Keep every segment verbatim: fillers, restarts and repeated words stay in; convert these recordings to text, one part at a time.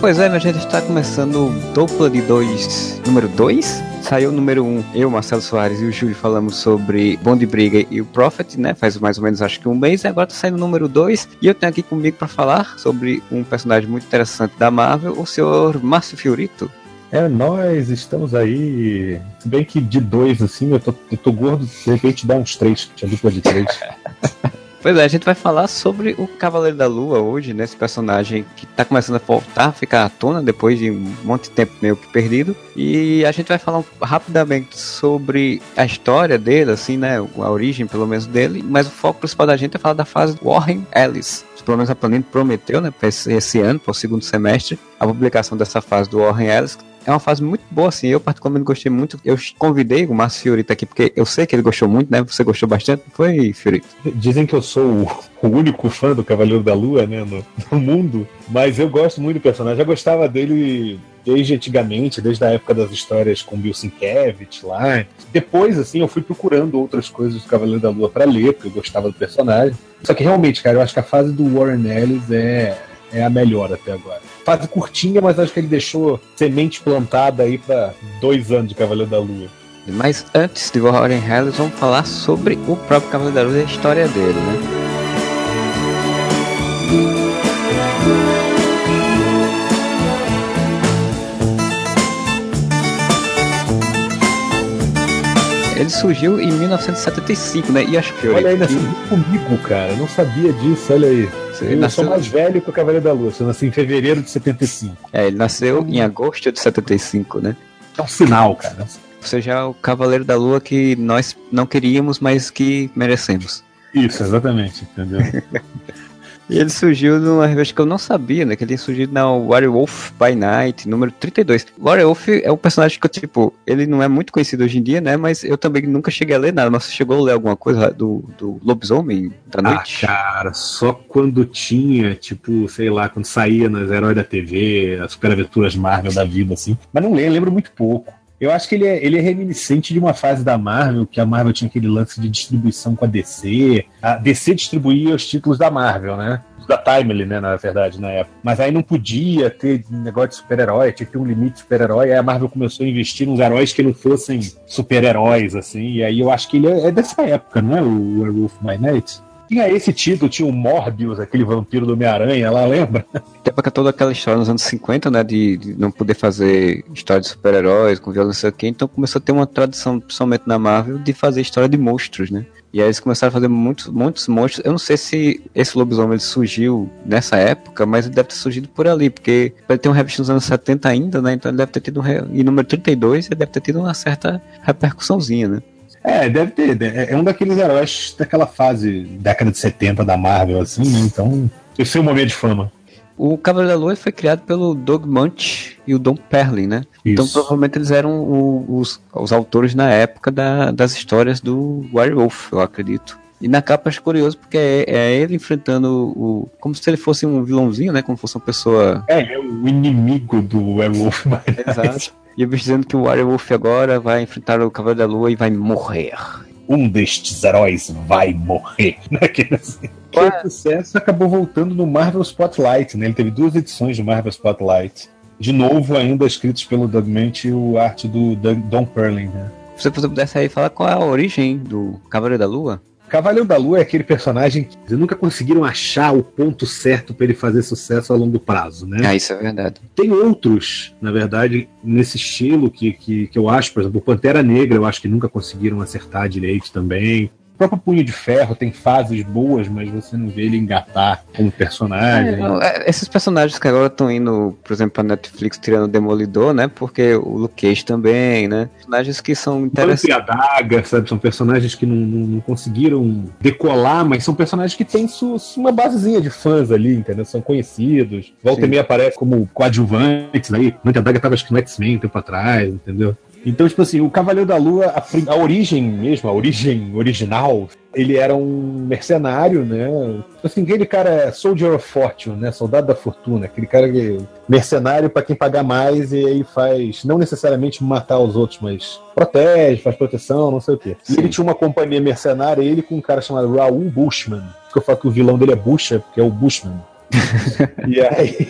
Pois é, minha gente, está começando o Dupla de Dois, número dois. Saiu o número um, eu, Marcelo Soares e o Júlio falamos sobre Bom de Briga e o Prophet, né? Faz mais ou menos, acho que um mês, e agora tá saindo o número dois. E eu tenho aqui comigo para falar sobre um personagem muito interessante da Marvel, o senhor Márcio Fiorito. É, nós estamos aí. Se bem que de dois, assim, eu tô, eu tô gordo, de repente dá uns três, tinha dupla de três. Pois é, a gente vai falar sobre o Cavaleiro da Lua hoje, né? Esse personagem que tá começando a voltar, a ficar à tona depois de um monte de tempo meio que perdido. E a gente vai falar rapidamente sobre a história dele, assim, né? A origem, pelo menos, dele. Mas o foco principal da gente é falar da fase do Warren Ellis. Pelo menos a Panini prometeu, né? Para esse, esse ano, para o segundo semestre, a publicação dessa fase do Warren Ellis. É uma fase muito boa, assim, eu particularmente gostei muito. Eu convidei o Márcio Fiorito aqui, porque eu sei que ele gostou muito, né? Você gostou bastante, não foi, Fiorito? Dizem que eu sou o, o único fã do Cavaleiro da Lua, né, no, no mundo, mas eu gosto muito do personagem. Já gostava dele desde antigamente, desde a época das histórias com Bill Sienkiewicz lá. Depois, assim, eu fui procurando outras coisas do Cavaleiro da Lua pra ler, porque eu gostava do personagem. Só que realmente, cara, eu acho que a fase do Warren Ellis é... é a melhor até agora. Fase curtinha, mas acho que ele deixou semente plantada aí pra dois anos de Cavaleiro da Lua. Mas antes de Warren Ellis, vamos falar sobre o próprio Cavaleiro da Lua e a história dele, né? Ele surgiu em mil novecentos e setenta e cinco, né? E acho que... Olha aí, nasceu que... comigo, cara. Eu não sabia disso, olha aí. Ele eu nasceu... sou mais velho que o Cavaleiro da Lua. Eu nasci em fevereiro de setenta e cinco. É, ele nasceu em agosto de setenta e cinco, né? É um sinal, cara. Ou seja, é o Cavaleiro da Lua que nós não queríamos, mas que merecemos. Isso, exatamente, entendeu? E ele surgiu numa revista que eu não sabia, né? Que ele tinha surgido na Werewolf by Night, número trinta e dois. Werewolf é um personagem que eu, tipo, ele não é muito conhecido hoje em dia, né? Mas eu também nunca cheguei a ler nada. Mas você chegou a ler alguma coisa do, do Lobisomem da Noite? Ah, cara, só quando tinha, tipo, sei lá, quando saía nos Heróis da T V, as Super Aventuras Marvel da vida, assim. Mas não lembro, lembro muito pouco. Eu acho que ele é, ele é reminiscente de uma fase da Marvel, que a Marvel tinha aquele lance de distribuição com a D C. A D C distribuía os títulos da Marvel, né? Da Timely, né, na verdade, na época. Mas aí não podia ter negócio de super-herói, tinha que ter um limite de super-herói, aí a Marvel começou a investir nos heróis que não fossem super-heróis, assim, e aí eu acho que ele é, é dessa época, não é? O Werewolf by Night. Tinha esse título, tinha o Morbius, aquele vampiro do Homem-Aranha lá, lembra? Até porque toda aquela história nos anos cinquenta, né, de, de não poder fazer história de super-heróis com violência aqui, então começou a ter uma tradição, principalmente na Marvel, de fazer história de monstros, né? E aí eles começaram a fazer muitos, muitos monstros. Eu não sei se esse lobisomem ele surgiu nessa época, mas ele deve ter surgido por ali, porque ele tem um revista nos anos setenta ainda, né? Então ele deve ter tido um... E número trinta e dois, ele deve ter tido uma certa repercussãozinha, né? É, deve ter. É um daqueles heróis daquela fase, década de setenta da Marvel, assim, né? Então, esse é o momento de fama. O Cavaleiro da Lua foi criado pelo Doug Munch e o Don Perlin, né? Isso. Então provavelmente eles eram o, os, os autores na época da, das histórias do Werewolf, eu acredito. E na capa acho curioso porque é, é ele enfrentando o... Como se ele fosse um vilãozinho, né? Como fosse uma pessoa... É, é o inimigo do Werewolf. Exato. E eu vi dizendo que o Werewolf agora vai enfrentar o Cavaleiro da Lua e vai morrer. Um destes heróis vai morrer. Assim. Que o sucesso acabou voltando no Marvel Spotlight, né? Ele teve duas edições do Marvel Spotlight. De novo, ainda escritos pelo Doug Munch e o arte do Doug, Don Perlin, né? Se você pudesse aí falar qual é a origem do Cavaleiro da Lua? Cavaleiro da Lua é aquele personagem que eles nunca conseguiram achar o ponto certo para ele fazer sucesso a longo prazo, né? Ah, isso é verdade. Tem outros, na verdade, nesse estilo que, que, que eu acho, por exemplo, o Pantera Negra, eu acho que nunca conseguiram acertar direito também. O próprio Punho de Ferro tem fases boas, mas você não vê ele engatar como personagem. É, esses personagens que agora estão indo, por exemplo, pra Netflix tirando o Demolidor, né? Porque o Luke Cage também, né? Personagens que são interessantes. E a Daga, sabe? São personagens que não, não, não conseguiram decolar, mas são personagens que têm su, uma basezinha de fãs ali, entendeu? São conhecidos. Volta e meia aparece como coadjuvantes aí. A Daga tava acho que no X-Men um tempo atrás, entendeu? Então, tipo assim, o Cavaleiro da Lua, a, a origem mesmo, a origem original, ele era um mercenário, né? Assim, aquele cara é Soldier of Fortune, né? Soldado da Fortuna, aquele cara que mercenário para quem pagar mais e aí faz, não necessariamente matar os outros, mas protege, faz proteção, não sei o quê. Sim. E ele tinha uma companhia mercenária, ele com um cara chamado Raoul Bushman, que eu falo que o vilão dele é Busha, porque é o Bushman. E aí,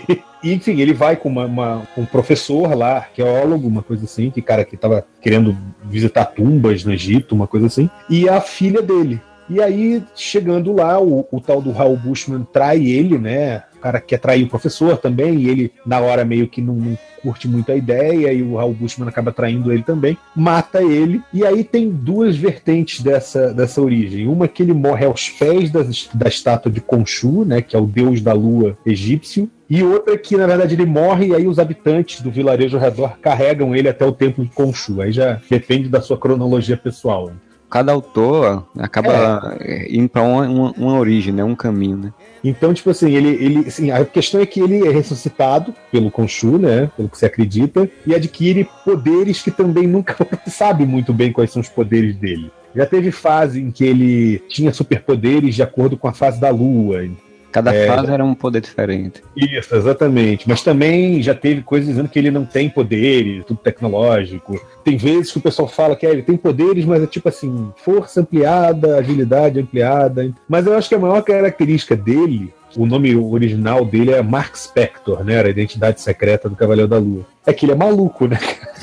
enfim, ele vai com uma, uma, um professor lá, arqueólogo, uma coisa assim, que cara que tava querendo visitar tumbas no Egito, uma coisa assim, e a filha dele. E aí, chegando lá, o, o tal do Raul Bushman trai ele, né? O cara quer trair o professor também, e ele, na hora, meio que não, não curte muito a ideia, e o Raul Bushman acaba traindo ele também, mata ele, e aí tem duas vertentes dessa, dessa origem. Uma que ele morre aos pés da, da estátua de Khonshu, né? Que é o deus da lua egípcio, e outra que, na verdade, ele morre e aí os habitantes do vilarejo ao redor carregam ele até o templo de Khonshu. Aí já depende da sua cronologia pessoal. Cada autor acaba é. indo para uma, uma, uma origem, né? Um caminho, né? Então, tipo assim, ele, ele, assim, a questão é que ele é ressuscitado pelo Khonshu, né? Pelo que se acredita, e adquire poderes que também nunca se sabe muito bem quais são os poderes dele. Já teve fase em que ele tinha superpoderes de acordo com a fase da Lua. Cada é, fase era um poder diferente. Isso, exatamente. Mas também já teve coisas dizendo que ele não tem poderes, tudo tecnológico. Tem vezes que o pessoal fala que é, ele tem poderes, mas é tipo assim, força ampliada, agilidade ampliada. Mas eu acho que a maior característica dele, o nome original dele é Mark Spector, né? Era a identidade secreta do Cavaleiro da Lua. É que ele é maluco, né?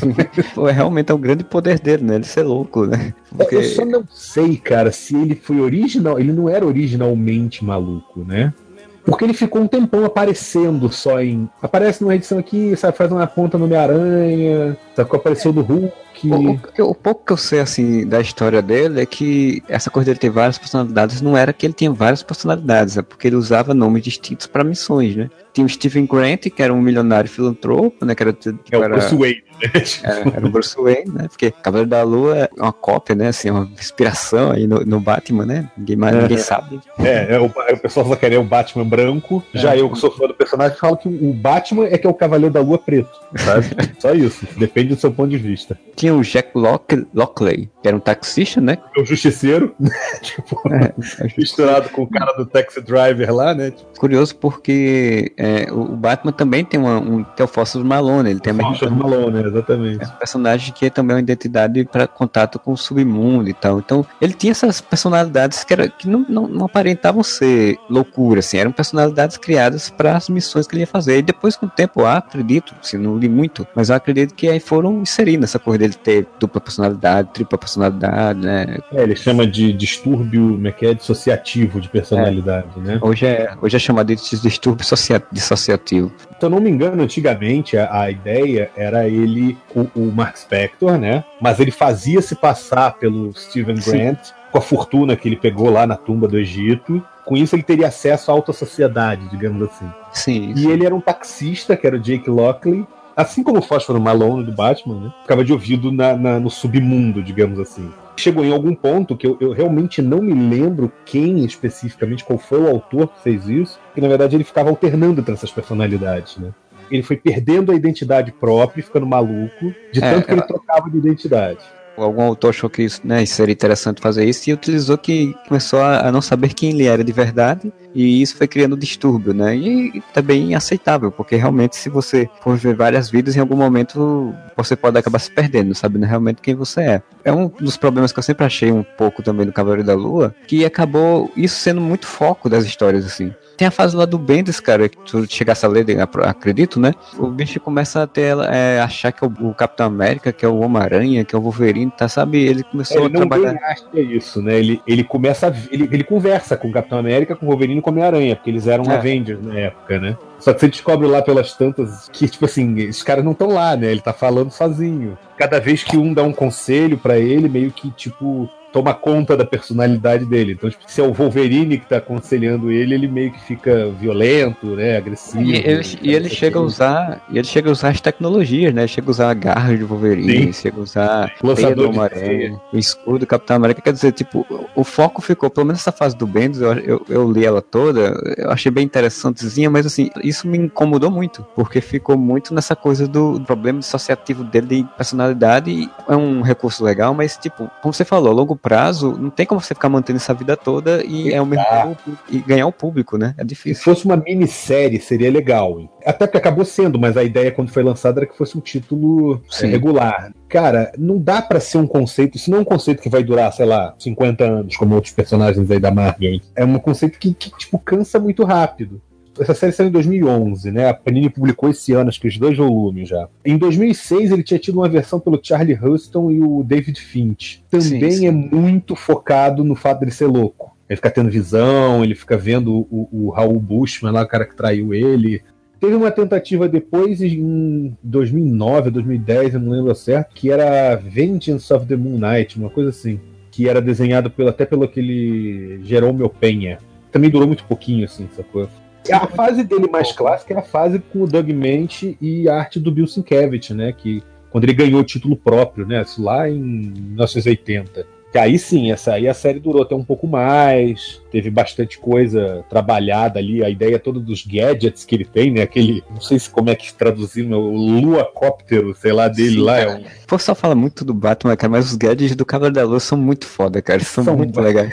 Pô, realmente é o grande poder dele, né? Ele ser louco, né? Porque... Eu só não sei, cara, se ele foi original. Ele não era originalmente maluco, né? Porque ele ficou um tempão aparecendo só em... Aparece numa edição aqui, sabe, faz uma ponta no Homem-Aranha, sabe, apareceu do Hulk. O, o, o pouco que eu sei, assim, da história dele é que essa coisa dele ter várias personalidades não era que ele tinha várias personalidades, é porque ele usava nomes distintos para missões, né? Tinha o Stephen Grant, que era um milionário filantropo, né? Que era, que é o era, Bruce Wayne, né? É, era o Bruce Wayne, né? Porque Cavaleiro da Lua é uma cópia, né? Assim, uma inspiração aí no, no Batman, né? Ninguém mais, ninguém sabe. É, é o, o pessoal só queria o Batman branco. É. Já eu, que sou fã do personagem, falo que o Batman é que é o Cavaleiro da Lua preto, sabe? Só isso. Depende do seu ponto de vista. Tinha o Jack Lock, Lockley, que era um taxista, né? O justiceiro, tipo, é, é misturado com o cara do Taxi Driver lá, né? Tipo. Curioso porque é, o Batman também tem uma, um tem o Foster Malone, ele tem o Foster Malone, exatamente. É um personagem que é também uma identidade para contato com o submundo e tal. Então, ele tinha essas personalidades que, era, que não, não, não aparentavam ser loucura, assim, eram personalidades criadas para as missões que ele ia fazer. E depois, com o tempo, eu acredito, assim, não li muito, mas eu acredito que aí foram inserindo essa coisa dele ter dupla personalidade, tripla personalidade, né? É, ele chama de distúrbio, como é que é, dissociativo de personalidade, é. né? Hoje é, hoje é chamado de distúrbio dissociativo. Se eu não me engano, antigamente a, a ideia era ele, o, o Mark Spector, né? Mas ele fazia se passar pelo Stephen Grant, sim, com a fortuna que ele pegou lá na tumba do Egito. Com isso ele teria acesso à alta sociedade, digamos assim. Sim. E sim. ele era um taxista, que era o Jake Lockley, assim como o Fósforo Malone do Batman, né? Ficava de ouvido na, na, no submundo, digamos assim. Chegou em algum ponto que eu, eu realmente não me lembro quem especificamente, qual foi o autor que fez isso, que na verdade ele ficava alternando entre essas personalidades, né? Ele foi perdendo a identidade própria, ficando maluco, de tanto é, que ele ela... trocava de identidade. Algum autor achou que isso, né, seria interessante fazer isso e utilizou que começou a, a não saber quem ele era de verdade, e isso foi criando distúrbio, né? E, e também aceitável, porque realmente se você for ver várias vidas, em algum momento você pode acabar se perdendo, sabendo realmente quem você é. É um dos problemas que eu sempre achei um pouco também do Cavaleiro da Lua, que acabou isso sendo muito foco das histórias, assim. Tem a fase lá do Bendis, cara, que tu chegasse a ler, acredito, né? O bicho começa a ter, é, achar que é o, o Capitão América, que é o Homem-Aranha, que é o Wolverine, tá, sabe? Ele começou ele a trabalhar... Ele não acha isso, né? Ele, ele começa, a, ele, ele conversa com o Capitão América, com o Wolverine e com o Homem-Aranha, porque eles eram é. Avengers na época, né? Só que você descobre lá pelas tantas que, tipo assim, esses caras não estão lá, né? Ele tá falando sozinho. Cada vez que um dá um conselho pra ele, meio que, tipo... toma conta da personalidade dele. Então, tipo, se é o Wolverine que tá aconselhando ele, ele meio que fica violento, né, agressivo. E ele, e ele chega a usar, e ele chega a usar as tecnologias, né? Chega a usar a garra de Wolverine, sim, chega a usar o lançador do Aranha, o escudo do Capitão América. Quer dizer, tipo, o foco ficou, pelo menos essa fase do Bendis, eu, eu, eu li ela toda, eu achei bem interessantezinha, mas assim, isso me incomodou muito, porque ficou muito nessa coisa do problema dissociativo dele de personalidade. E é um recurso legal, mas tipo, como você falou, logo prazo, não tem como você ficar mantendo essa vida toda e, é o mesmo público, e ganhar o público, né? É difícil. Se fosse uma minissérie, seria legal. Até porque acabou sendo, mas a ideia quando foi lançada era que fosse um título é, regular. Cara, não dá pra ser um conceito, isso não é um conceito que vai durar, sei lá, cinquenta anos, como outros personagens aí da Marvel. É um conceito que, que tipo, cansa muito rápido. Essa série saiu em dois mil e onze, né? A Panini publicou esse ano, acho que os dois volumes já. Em dois mil e seis ele tinha tido uma versão pelo Charlie Huston e o David Finch. Também sim, sim. É muito focado no fato dele ser louco. Ele fica tendo visão, ele fica vendo o, o Raul Bushman lá, o cara que traiu ele. Teve uma tentativa depois, em dois mil e nove, dois mil e dez, eu não lembro certo, que era Vengeance of the Moon Knight, uma coisa assim. Que era desenhado pelo, até pelo aquele Jerome Penha. Também durou muito pouquinho, assim, sacou? A fase dele mais clássica é a fase com o Doug Mancini e a arte do Bill Sienkiewicz, né? Que, quando ele ganhou o título próprio, né? Isso lá em mil novecentos e oitenta. Que aí sim, essa aí a série durou até um pouco mais, teve bastante coisa trabalhada ali, a ideia toda dos gadgets que ele tem, né? Aquele, não sei se como é que traduzir, o Luacóptero, sei lá, dele sim, lá. Cara. É um... O pessoal fala muito do Batman, cara, mas os gadgets do Cavaleiro da Lua são muito foda, cara, são, são muito legais.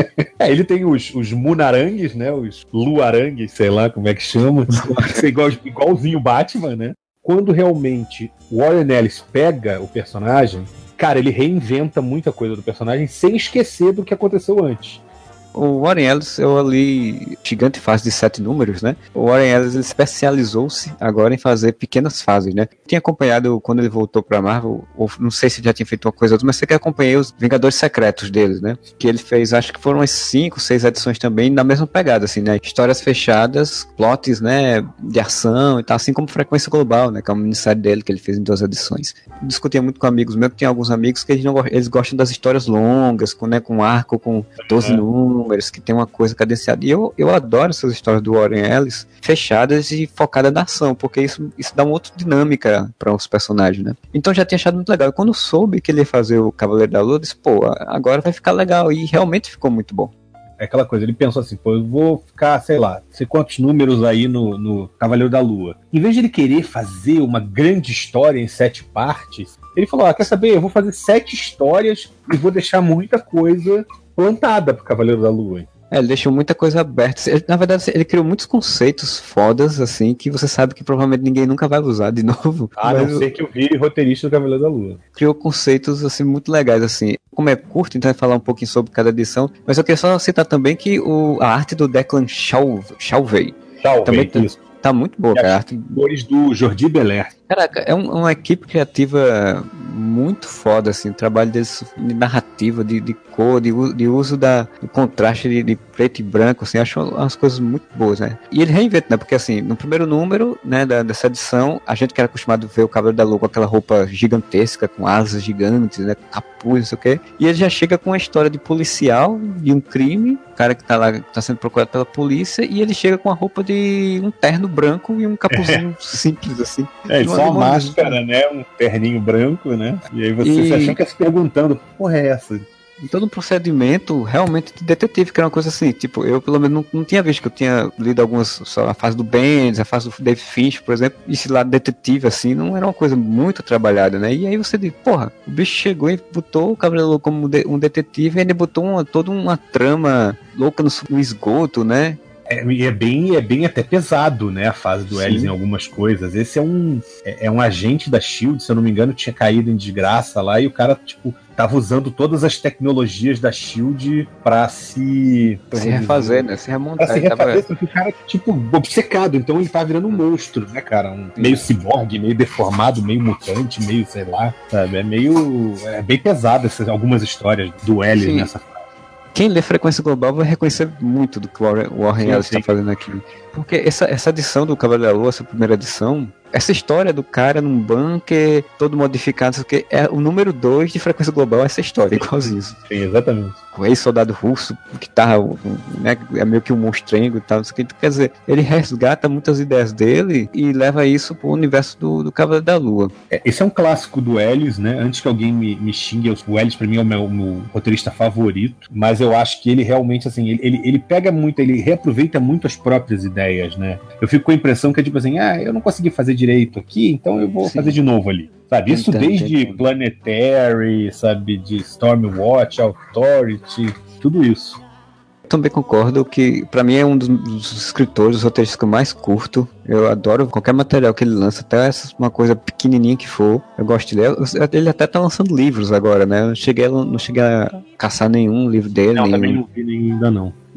É, ele tem os, os Munarangues, né? Os Luarangues, sei lá como é que chama. Igual, igualzinho Batman, né? Quando realmente o Warren Ellis pega o personagem, cara, ele reinventa muita coisa do personagem sem esquecer do que aconteceu antes. O Warren Ellis, eu ali, gigante fase de sete números, né? O Warren Ellis ele especializou-se agora em fazer pequenas fases, né? Tinha acompanhado quando ele voltou pra Marvel, ou não sei se já tinha feito uma coisa ou outra, mas sei que acompanhei os Vingadores Secretos deles, né? Que ele fez, acho que foram umas cinco, seis edições também, na mesma pegada, assim, né? Histórias fechadas, plots, né? De ação e tal, assim como Frequência Global, né? Que é uma minissérie dele que ele fez em duas edições. Eu discutia muito com amigos meus, que tem alguns amigos que eles, não, eles gostam das histórias longas, com, né, com arco, com doze números, que tem uma coisa cadenciada. E eu, eu adoro essas histórias do Warren Ellis fechadas e focadas na ação, porque isso, isso dá uma outra dinâmica para os personagens, né? Então já tinha achado muito legal. E quando soube que ele ia fazer o Cavaleiro da Lua, eu disse, pô, agora vai ficar legal. E realmente ficou muito bom. É aquela coisa, ele pensou assim, pô, eu vou ficar, sei lá, sei quantos números aí no, no Cavaleiro da Lua. Em vez de ele querer fazer uma grande história em sete partes, ele falou, ah, quer saber, eu vou fazer sete histórias e vou deixar muita coisa plantada pro Cavaleiro da Lua. É, ele deixou muita coisa aberta. Ele, na verdade, ele criou muitos conceitos fodas, assim, que você sabe que provavelmente ninguém nunca vai usar de novo. Ah, não sei que eu vi roteirista do Cavaleiro da Lua. Criou conceitos, assim, muito legais, assim. Como é curto, então vai falar um pouquinho sobre cada edição, mas eu queria só citar também que o, a arte do Declan Shalvey, Shalvey também tá, tá muito boa, cara. As cores do Jordi Belair. Caraca, é um, uma equipe criativa muito foda, assim, o trabalho deles de narrativa, de, de cor, de, de uso da, do contraste de, de preto e branco, assim, acho umas coisas muito boas, né? E ele reinventa, né? Porque, assim, no primeiro número, né, da, dessa edição, a gente que era acostumado a ver o Cavaleiro da Lua com aquela roupa gigantesca, com asas gigantes, né, com capuz, não sei o quê, e ele já chega com uma história de policial, de um crime, o cara que tá lá, que tá sendo procurado pela polícia, e ele chega com a roupa de um terno branco e um capuzinho é. simples, assim. É, só uma máscara, né? Um terninho branco, né? E aí você e... se achando que se perguntando, porra é essa? E todo um procedimento realmente de detetive, que era uma coisa assim, tipo, eu pelo menos não, não tinha visto, que eu tinha lido algumas, só a fase do Bendis, a fase do Dave Finch, por exemplo, e esse lado detetive, assim, não era uma coisa muito trabalhada, né? E aí você diz, porra, o bicho chegou e botou o Cavaleiro como um detetive e ainda botou uma, toda uma trama louca no, no esgoto, né? É, é, bem, é bem até pesado, né, a fase do Ellis em algumas coisas. Esse é um, é, é um agente da SHIELD, se eu não me engano, tinha caído em desgraça lá, e o cara, tipo, tava usando todas as tecnologias da SHIELD pra se... Se refazer, né, se remontar. Pra se refazer, porque o cara, tipo, obcecado, então ele tá virando um monstro, né, cara, um, meio ciborgue, meio deformado, meio mutante, meio, sei lá, sabe, é meio... é bem pesado essas, algumas histórias do Ellis Sim. nessa fase. Quem lê Frequência Global vai reconhecer muito do que o Warren Ellis está fazendo aqui. Porque essa, essa edição do Cavaleiro da Lua, essa primeira edição, essa história do cara num bunker, todo modificado, que é o número dois de Frequência Global, essa história, igualzinho. Sim, exatamente. O ex-soldado russo, que tá, né, é meio que um monstrengo e tal, que, quer dizer, ele resgata muitas ideias dele e leva isso pro universo do, do Cavaleiro da Lua. É, esse é um clássico do Ellis, né? Antes que alguém me, me xingue, o Ellis pra mim é o meu, meu roteirista favorito, mas eu acho que ele realmente, assim, ele, ele, ele pega muito, ele reaproveita muito as próprias ideias, né? Eu fico com a impressão que é tipo assim, ah, eu não consegui fazer direito aqui, então eu vou Sim. fazer de novo ali. Sabe, isso então, desde então. Planetary, sabe, de Stormwatch, Authority, tudo isso. Também concordo que, pra mim, é um dos, dos escritores, dos roteiristas que eu mais curto. Eu adoro qualquer material que ele lança, até essa, uma coisa pequenininha que for. Eu gosto dele. Ele até tá lançando livros agora, né? Eu cheguei, não cheguei a caçar nenhum livro dele. Não, nenhum... também não vi ainda não.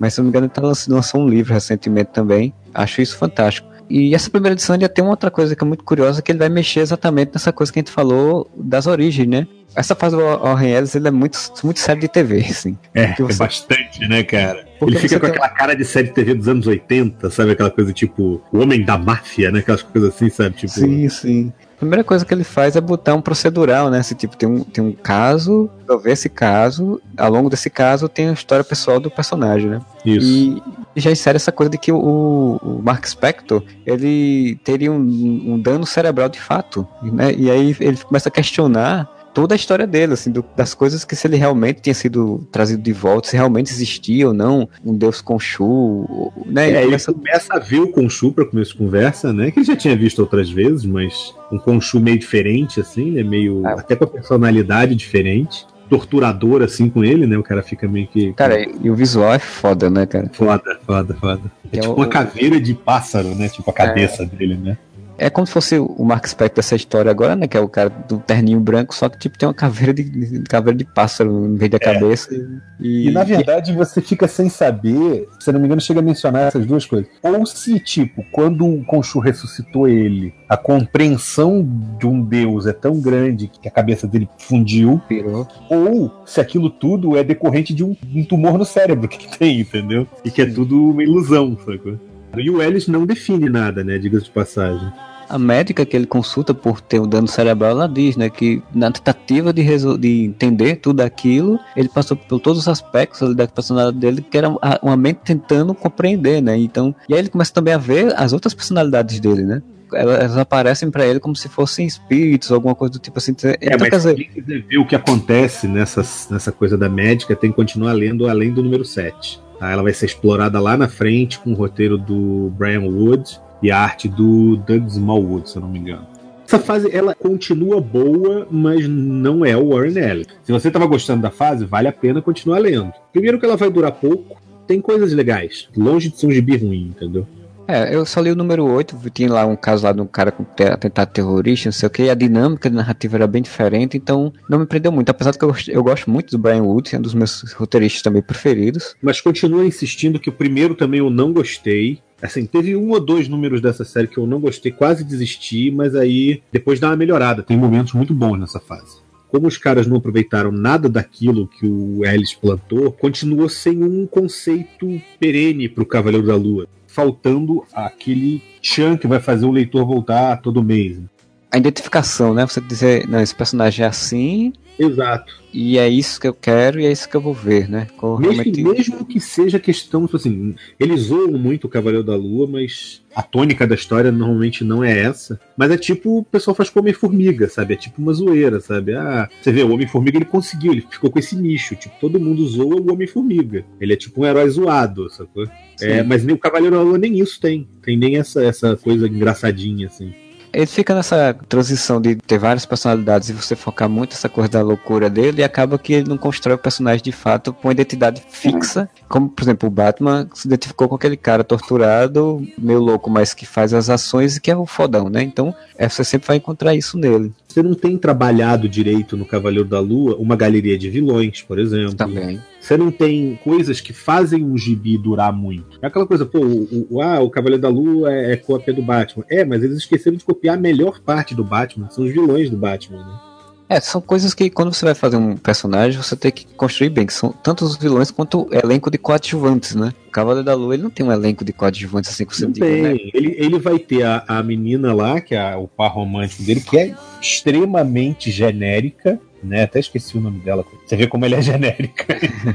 Mas se não me engano ele tá lançando, lançou um livro recentemente também. Acho isso fantástico. E essa primeira edição ainda tem uma outra coisa que é muito curiosa, que ele vai mexer exatamente nessa coisa que a gente falou das origens, né? Essa fase do Warren Ellis, ele é muito, muito série de T V, assim. É, você... é bastante, né, cara? Porque ele fica com tem... aquela cara de série de T V dos anos oitenta, sabe? Aquela coisa tipo, o homem da máfia, né? Aquelas coisas assim, sabe? Tipo... Sim, sim. A primeira coisa que ele faz é botar um procedural, né? Esse tipo, tem um, tem um caso, resolver esse caso, ao longo desse caso tem a história pessoal do personagem, né? Isso. E já insere essa coisa de que o, o Mark Spector, ele teria um, um dano cerebral de fato, né? E aí ele começa a questionar toda a história dele, assim, do, das coisas que se ele realmente tinha sido trazido de volta, se realmente existia ou não um deus Khonshu, né? Ele, é, começa... ele começa a ver o Khonshu para começo de conversa, né? Que ele já tinha visto outras vezes, mas um Khonshu meio diferente, assim, né? Meio, ah. até com a personalidade diferente. Torturador, assim, com ele, né? O cara fica meio que... Cara, e o visual é foda, né, cara? Foda, foda, foda. É, é tipo o... uma caveira de pássaro, né? Tipo a cabeça é... dele, né? É como se fosse o Mark Spector dessa história agora, né? Que é o cara do terninho branco, só que tipo tem uma caveira de, de caveira de pássaro no meio da é. cabeça. E... e na verdade você fica sem saber, se não me engano, chega a mencionar essas duas coisas. Ou se, tipo, quando o Khonshu ressuscitou ele, a compreensão de um deus é tão grande que a cabeça dele fundiu. Pirou. Ou se aquilo tudo é decorrente de um, um tumor no cérebro que tem, entendeu? E que é tudo uma ilusão, sacou? E o Ellis não define nada, né? Diga-se de passagem. A médica que ele consulta por ter o dano cerebral, ela diz, né, que na tentativa de, resol- de entender tudo aquilo, ele passou por todos os aspectos da personalidade dele, que era uma mente tentando compreender, né? Então, e aí ele começa também a ver as outras personalidades dele, né? Elas aparecem pra ele como se fossem espíritos, alguma coisa do tipo assim. É, então, mas quer dizer... quem quiser ver o que acontece nessa, nessa coisa da médica, tem que continuar lendo além do número sete. Tá? Ela vai ser explorada lá na frente com o roteiro do Brian Wood e a arte do Doug Smallwood, se eu não me engano. Essa fase, ela continua boa, mas não é o Warren Ellis. Se você estava gostando da fase, vale a pena continuar lendo. Primeiro que ela vai durar pouco, tem coisas legais, longe de ser um gibi ruim, entendeu? É, eu só li o número oito, tinha lá um caso lá de um cara com atentado terrorista, não sei o que, a dinâmica da narrativa era bem diferente, então não me prendeu muito, apesar de que eu, eu gosto muito do Brian Wood, é um dos meus roteiristas também preferidos. Mas continua insistindo que o primeiro também eu não gostei. Assim, teve um ou dois números dessa série que eu não gostei, quase desisti, mas aí depois dá uma melhorada, tem momentos muito bons nessa fase. Como os caras não aproveitaram nada daquilo que o Ellis plantou, continuou sem um conceito perene pro Cavaleiro da Lua, faltando aquele tchan que vai fazer o leitor voltar todo mês. A identificação, né? Você dizer, não, esse personagem é assim... Exato. E é isso que eu quero e é isso que eu vou ver, né? Mesmo, realmente... mesmo que seja questão, tipo assim, eles zoam muito o Cavaleiro da Lua, mas a tônica da história normalmente não é essa. Mas é tipo, o pessoal faz com o Homem-Formiga, sabe? É tipo uma zoeira, sabe? Ah, você vê, o Homem-Formiga ele conseguiu, ele ficou com esse nicho. Tipo, todo mundo zoa o Homem-Formiga. Ele é tipo um herói zoado, sacou? É, mas nem o Cavaleiro da Lua nem isso tem. Tem nem essa, essa coisa engraçadinha, assim. Ele fica nessa transição de ter várias personalidades e você focar muito essa coisa da loucura dele, e acaba que ele não constrói o personagem de fato com uma identidade fixa, como por exemplo o Batman se identificou com aquele cara torturado, meio louco, mas que faz as ações e que é o fodão, né? Então é, você sempre vai encontrar isso nele. Você não tem trabalhado direito no Cavaleiro da Lua uma galeria de vilões, por exemplo. Também. Você não tem coisas que fazem um gibi durar muito. É aquela coisa, pô, o, o, ah, o Cavaleiro da Lua é, é cópia do Batman. É, mas eles esqueceram de copiar a melhor parte do Batman, são os vilões do Batman, né? É, são coisas que quando você vai fazer um personagem, você tem que construir bem, que são tanto os vilões quanto o elenco de coadjuvantes, né? O Cavaleiro da Lua, ele não tem um elenco de coadjuvantes assim que você não diga, tem. né? Ele, ele vai ter a, a menina lá, que é o par romântico dele, que é extremamente genérica, né? Até esqueci o nome dela. Você vê como ele é genérica.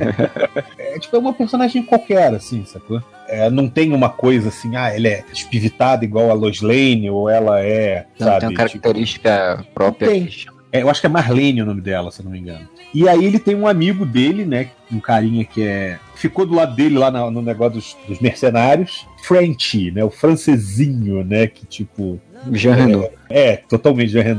É tipo, é uma personagem qualquer, assim, sacou? É, não tem uma coisa assim, ah, ela é espivitada igual a Lois Lane, ou ela é, não, sabe? Tem uma característica tipo, própria. Tem. É, eu acho que é Marlene o nome dela, se eu não me engano. E aí ele tem um amigo dele, né? Um carinha que é... ficou do lado dele lá no, no negócio dos, dos mercenários. Frenchie, né? O francesinho, né? Que tipo... Jean Reno. É, é, totalmente Jean Reno, né?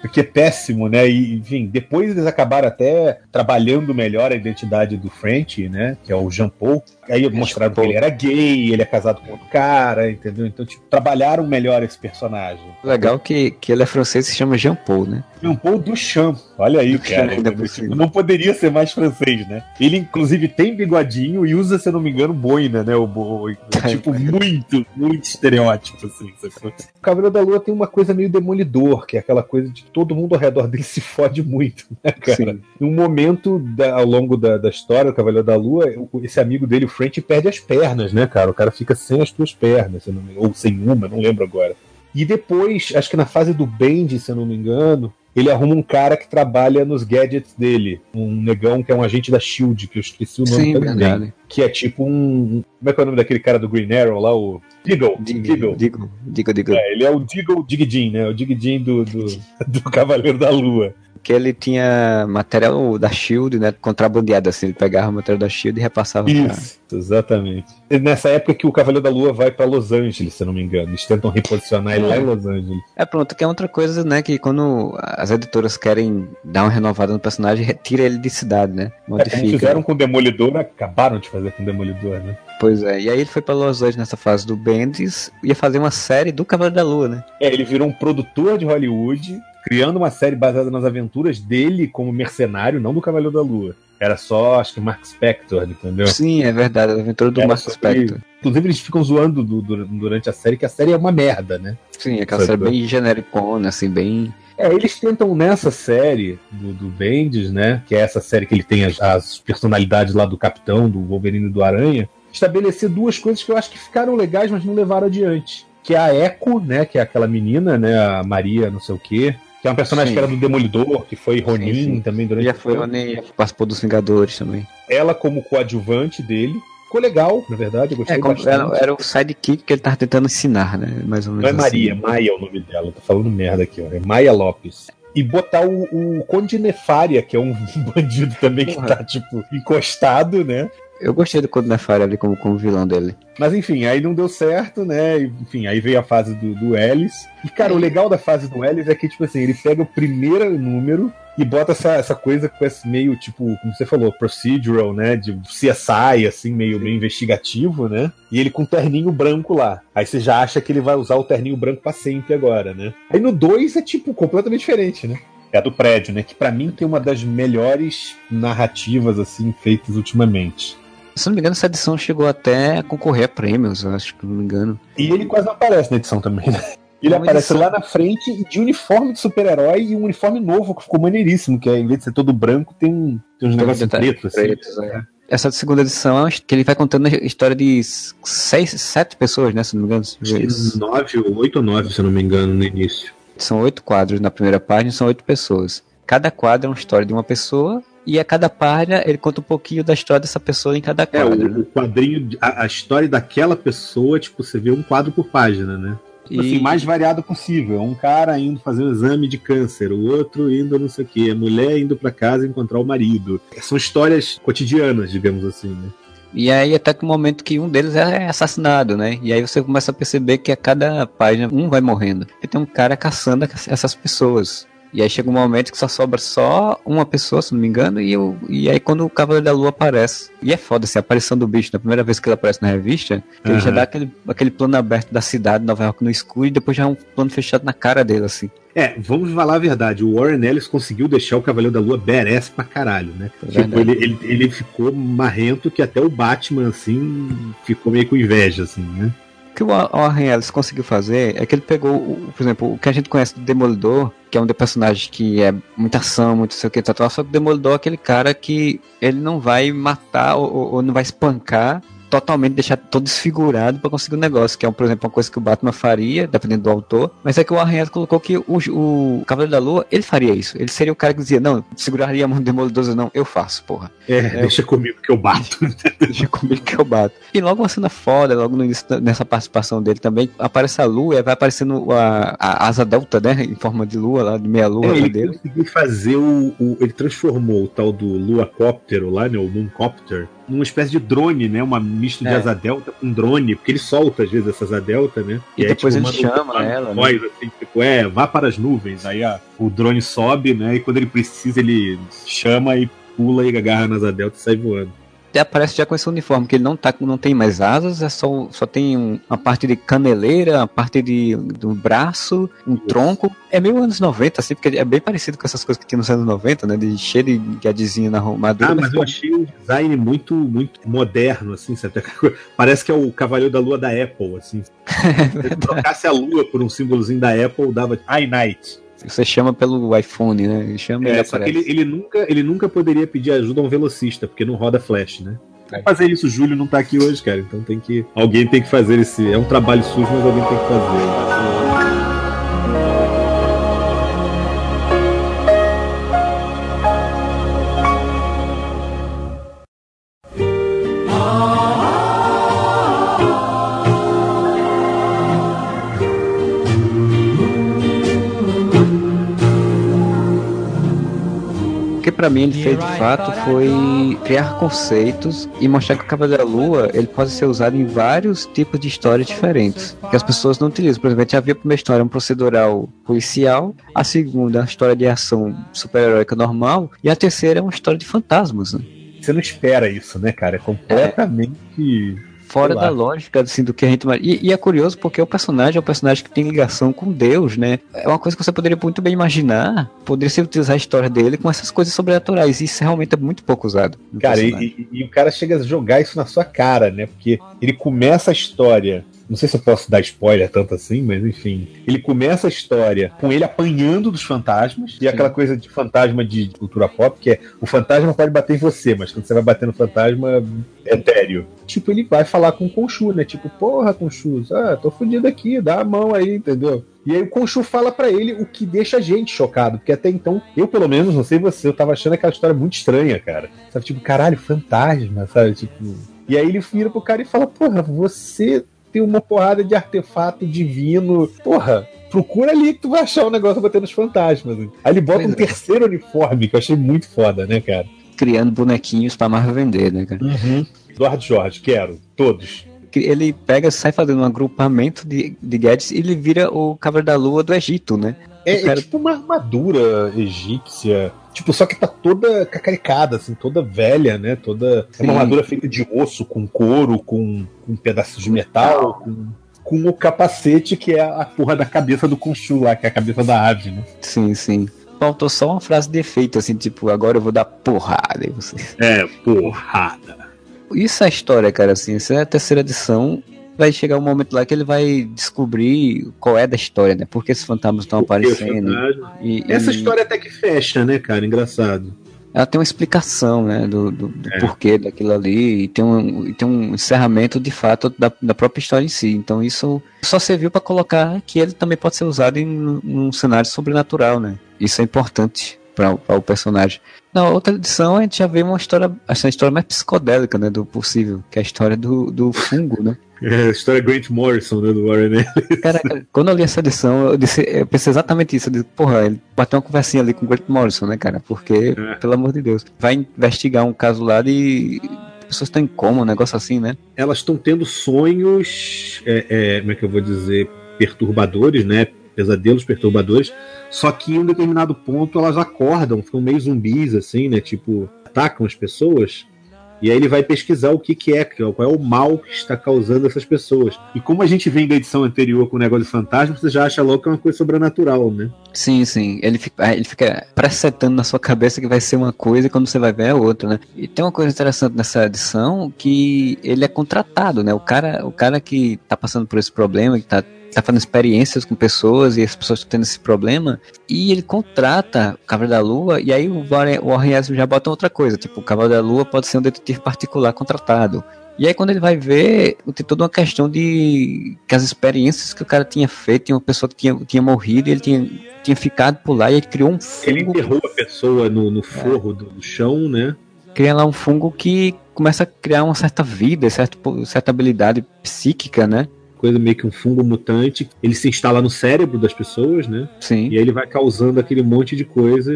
o que é péssimo, né? E, enfim, depois eles acabaram até trabalhando melhor a identidade do French, né? Que é o Jean Paul. Aí mostraram que ele era gay, ele é casado com outro cara, entendeu? Então, tipo, trabalharam melhor esse personagem. Legal que, que ele é francês e se chama Jean Paul, né? Jean Paul Duchamp. Olha aí, cara. Não poderia ser mais francês, né? Ele, inclusive, tem bigodinho e usa, se eu não me engano, boina, né? O bo... Tipo, muito, muito estereótipo, assim. O Cavaleiro da Lua tem uma coisa meio demolidor, que é aquela coisa de todo mundo ao redor dele se fode muito, né, cara? Sim. Em um momento da, ao longo da, da história, o Cavaleiro da Lua, esse amigo dele, o French, perde as pernas, né, cara? O cara fica sem as duas pernas, não, ou sem uma, não lembro agora. E depois, acho que na fase do Bend, se eu não me engano, ele arruma um cara que trabalha nos gadgets dele. Um negão que é um agente da SHIELD, que eu esqueci o nome Sim, também. Verdade. Que é tipo um... Como é que é o nome daquele cara do Green Arrow lá? O Diggle. Diggle. Diggle. Diggle, Diggle. É, ele é o Diggle Digidin, né? O Digidin do, do, do Cavaleiro da Lua. Que ele tinha material da SHIELD, né, contrabandeado, assim, ele pegava o material da SHIELD e repassava. Isso, pra... exatamente. E nessa época que o Cavaleiro da Lua vai pra Los Angeles, se eu não me engano, eles tentam reposicionar ele lá em Los Angeles. É, pronto, que é outra coisa, né, que quando as editoras querem dar uma renovada no personagem, retira ele de cidade, né, modifica. É, como fizeram com o Demolidor, acabaram de fazer com o Demolidor, né. Pois é, e aí ele foi pra Los Angeles nessa fase do Bendis, ia fazer uma série do Cavaleiro da Lua, né. É, ele virou um produtor de Hollywood, criando uma série baseada nas aventuras dele como mercenário, não do Cavaleiro da Lua. Era só, acho que, Mark Spector, entendeu? Sim, é verdade, a aventura do Era Mark sobre... Spector. Inclusive, eles ficam zoando do, do, durante a série, que a série é uma merda, né? Sim, aquela série bem genericona, assim, bem... É, eles tentam nessa série do, do Bendis, né? Que é essa série que ele tem as, as personalidades lá do Capitão, do Wolverine e do Aranha, estabelecer duas coisas que eu acho que ficaram legais, mas não levaram adiante. Que é a Echo, né? Que é aquela menina, né? A Maria, não sei o quê. Que é um personagem sim. que era do Demolidor, que foi Ronin sim, sim. também durante Já foi Ronin, participou dos Vingadores também. Ela como coadjuvante dele. Ficou legal, na verdade, eu gostei é, bastante. Era, era o sidekick que ele tava tentando ensinar, né? Mais ou menos. Não é assim. Maria, Maia é o nome dela. Tô falando merda aqui, ó. É Maia Lopes. E botar o, o Conde Nefária, que é um bandido também que tá, tipo, encostado, né? Eu gostei do Conde Nefária ali como, como vilão dele. Mas enfim, aí não deu certo, né? Enfim, aí veio a fase do, do Ellis. E, cara, o legal da fase do Ellis é que, tipo assim, ele pega o primeiro número e bota essa, essa coisa com esse meio, tipo, como você falou, procedural, né? De C S I, assim, meio, meio investigativo, né? E ele com um terninho branco lá. Aí você já acha que ele vai usar o terninho branco pra sempre agora, né? Aí no dois é, tipo, completamente diferente, né? É a do prédio, né? Que pra mim tem uma das melhores narrativas, assim, feitas ultimamente. Se não me engano, essa edição chegou até a concorrer a prêmios, acho que não me engano. E ele quase não aparece na edição também, né? Ele aparece edição... lá na frente de uniforme de super-herói e um uniforme novo que ficou maneiríssimo, que é, em vez de ser todo branco, tem, um, tem uns negócios pretos, assim. Pretos, é. Essa segunda edição é que ele vai contando a história de seis, sete pessoas, né? Se não me engano. Nove, oito ou nove, se eu não me engano, no início. São oito quadros na primeira página, são oito pessoas. Cada quadro é uma história de uma pessoa. E a cada página ele conta um pouquinho da história dessa pessoa em cada quadro. É, o, o quadrinho, a, a história daquela pessoa, tipo, você vê um quadro por página, né? Tipo e... assim, mais variado possível. Um cara indo fazer um exame de câncer, o outro indo não sei o quê, a mulher indo pra casa encontrar o marido. São histórias cotidianas, digamos assim, né? E aí até que o momento que um deles é assassinado, né? E aí você começa a perceber que a cada página um vai morrendo. E tem um cara caçando essas pessoas. E aí chega um momento que só sobra só uma pessoa, se não me engano, e, o, e aí quando o Cavaleiro da Lua aparece. E é foda, assim, a aparição do bicho, na primeira vez que ele aparece na revista, uhum. ele já dá aquele, aquele plano aberto da cidade de Nova York no escuro, e depois já é um plano fechado na cara dele, assim. É, vamos falar a verdade, o Warren Ellis conseguiu deixar o Cavaleiro da Lua badass pra caralho, né? É tipo, ele, ele, ele ficou marrento que até o Batman, assim, ficou meio com inveja, assim, né? O que o Warren Ellis conseguiu fazer é que ele pegou, o, por exemplo, o que a gente conhece do Demolidor, que é um dos personagens que é muita ação, muito sei o que, tal, só que o Demolidor é aquele cara que ele não vai matar ou, ou não vai espancar totalmente, deixar todo desfigurado pra conseguir um negócio, que é, por exemplo, uma coisa que o Batman faria, dependendo do autor, mas é que o Warren Ellis colocou que o, o Cavaleiro da Lua, ele faria isso, ele seria o cara que dizia, não, seguraria a mão do Demolidor, não, eu faço, porra. É, é deixa eu... comigo que eu bato. Deixa comigo que eu bato. E logo uma cena foda, logo no início, nessa participação dele também, aparece a Lua e vai aparecendo a, a asa delta, né, em forma de lua, lá, de meia lua. É, ele dele. conseguiu fazer o, o, ele transformou o tal do Luacóptero lá, né, o Mooncopter, numa espécie de drone, né? Uma misto de É. asa delta com drone, porque ele solta às vezes essas asa delta, né? E, e aí, depois tipo, ele chama um, ela, voz, né? assim, tipo, é, vá para as nuvens. Aí a, o drone sobe, né? E quando ele precisa, ele chama e pula e agarra na asa delta e sai voando. Até aparece já com esse uniforme, que ele não, tá, não tem mais asas, é só, só tem um, uma parte de caneleira, uma parte de, do braço, um Isso. tronco. É meio anos noventa, assim, porque é bem parecido com essas coisas que tinha nos anos noventa, né? De cheio de gadzinho na armadura. Ah, mas, mas eu achei o design muito, muito moderno, assim, sabe? Parece que é o Cavaleiro da Lua da Apple, assim. Se trocasse a lua por um símbolozinho da Apple, dava iNight. Você chama pelo iPhone, né? Ele chama é, só que ele, ele, nunca, ele nunca poderia pedir ajuda a um velocista, porque não roda flash, né? Pra fazer isso, o Júlio não tá aqui hoje, cara. Então tem que. Alguém tem que fazer esse. É um trabalho sujo, mas alguém tem que fazer. O que pra mim ele fez de fato foi criar conceitos e mostrar que o Cavaleiro da Lua ele pode ser usado em vários tipos de histórias diferentes, que as pessoas não utilizam. Por exemplo, a gente já viu a primeira história um procedural policial, a segunda uma história de ação super-heróica normal, e a terceira é uma história de fantasmas, né? Você não espera isso, né, cara? É completamente... É. Fora da lógica, assim, do que a gente... E, e é curioso porque o personagem é um personagem que tem ligação com Deus, né? É uma coisa que você poderia muito bem imaginar. Poderia se utilizar a história dele com essas coisas sobrenaturais. E isso realmente é muito pouco usado. Cara, e, e, e o cara chega a jogar isso na sua cara, né? Porque ele começa a história... Não sei se eu posso dar spoiler tanto assim, mas enfim. Ele começa a história com ele apanhando dos fantasmas. Sim. E aquela coisa de fantasma de cultura pop, que é o fantasma pode bater em você, mas quando você vai bater no fantasma, é etéreo. Tipo, ele vai falar com o Khonshu, né? Tipo, porra, Khonshu, ah, tô fudido aqui, dá a mão aí, entendeu? E aí o Khonshu fala pra ele o que deixa a gente chocado, porque até então, eu pelo menos, não sei você, eu tava achando aquela história muito estranha, cara. Sabe, tipo, caralho, fantasma, sabe? Tipo... E aí ele vira pro cara e fala, porra, você... tem uma porrada de artefato divino. Porra, procura ali que tu vai achar um negócio batendo nos fantasmas. Aí ele bota pois um é. terceiro uniforme, que eu achei muito foda, né, cara? Criando bonequinhos pra mais vender, né, cara? Uhum. Eduardo Jorge, quero. Todos. Ele pega, sai fazendo um agrupamento de, de gadgets e ele vira o Cavaleiro da Lua do Egito, né? É, cara... é tipo uma armadura egípcia. Tipo, só que tá toda cacaricada, assim, toda velha, né? Toda. Sim. É uma armadura feita de osso, com couro, com, com pedaços de metal, com, com o capacete que é a porra da cabeça do Khonshu lá, que é a cabeça da ave, né? Sim, sim. Faltou só uma frase de efeito, assim, tipo, agora eu vou dar porrada em vocês. É, porrada. Isso é a história, cara, assim, essa é a terceira edição. Vai chegar um momento lá que ele vai descobrir qual é da história, né? Por que esses fantasmas estão aparecendo. E, Essa e... história até que fecha, né, cara? Engraçado. Ela tem uma explicação, né? Do, do, do é. porquê daquilo ali. E tem um, e tem um encerramento, de fato, da, da própria história em si. Então isso só serviu para colocar que ele também pode ser usado em um cenário sobrenatural, né? Isso é importante para o personagem. Na outra edição a gente já vê uma história, essa história mais psicodélica, né, do possível, que é a história do, do fungo, né? É, a história Grant Morrison, né, do Warren Ellis. Cara, quando eu li essa edição, eu, disse, eu pensei exatamente isso. Eu disse, porra, ele bateu uma conversinha ali com o Grant Morrison, né, cara? Porque, é. pelo amor de Deus, vai investigar um caso lá de pessoas estão em coma, um negócio assim, né? Elas estão tendo sonhos, é, é, como é que eu vou dizer, perturbadores, né? Pesadelos perturbadores, só que em um determinado ponto elas acordam, ficam meio zumbis, assim, né? Tipo, atacam as pessoas. E aí ele vai pesquisar o que, que é, qual é o mal que está causando essas pessoas. E como a gente vem da edição anterior com o negócio de fantasma, você já acha logo que é uma coisa sobrenatural, né? Sim, sim. Ele fica, ele fica presetando na sua cabeça que vai ser uma coisa e quando você vai ver é outra, né? E tem uma coisa interessante nessa edição que ele é contratado, né? O cara, o cara que tá passando por esse problema, que tá tá fazendo experiências com pessoas e as pessoas estão tendo esse problema, e ele contrata o Cavaleiro da Lua, e aí o Warren, o Warren Ellis já bota outra coisa, tipo, o Cavaleiro da Lua pode ser um detetive particular contratado. E aí quando ele vai ver, tem toda uma questão de que as experiências que o cara tinha feito, tinha uma pessoa que tinha, tinha morrido, e ele tinha, tinha ficado por lá, e ele criou um fungo. Ele enterrou a pessoa no, no forro é. do, do chão, né? Cria lá um fungo que começa a criar uma certa vida, certa, certa habilidade psíquica, né? Coisa meio que um fungo mutante, ele se instala no cérebro das pessoas, né? Sim. E aí ele vai causando aquele monte de coisas.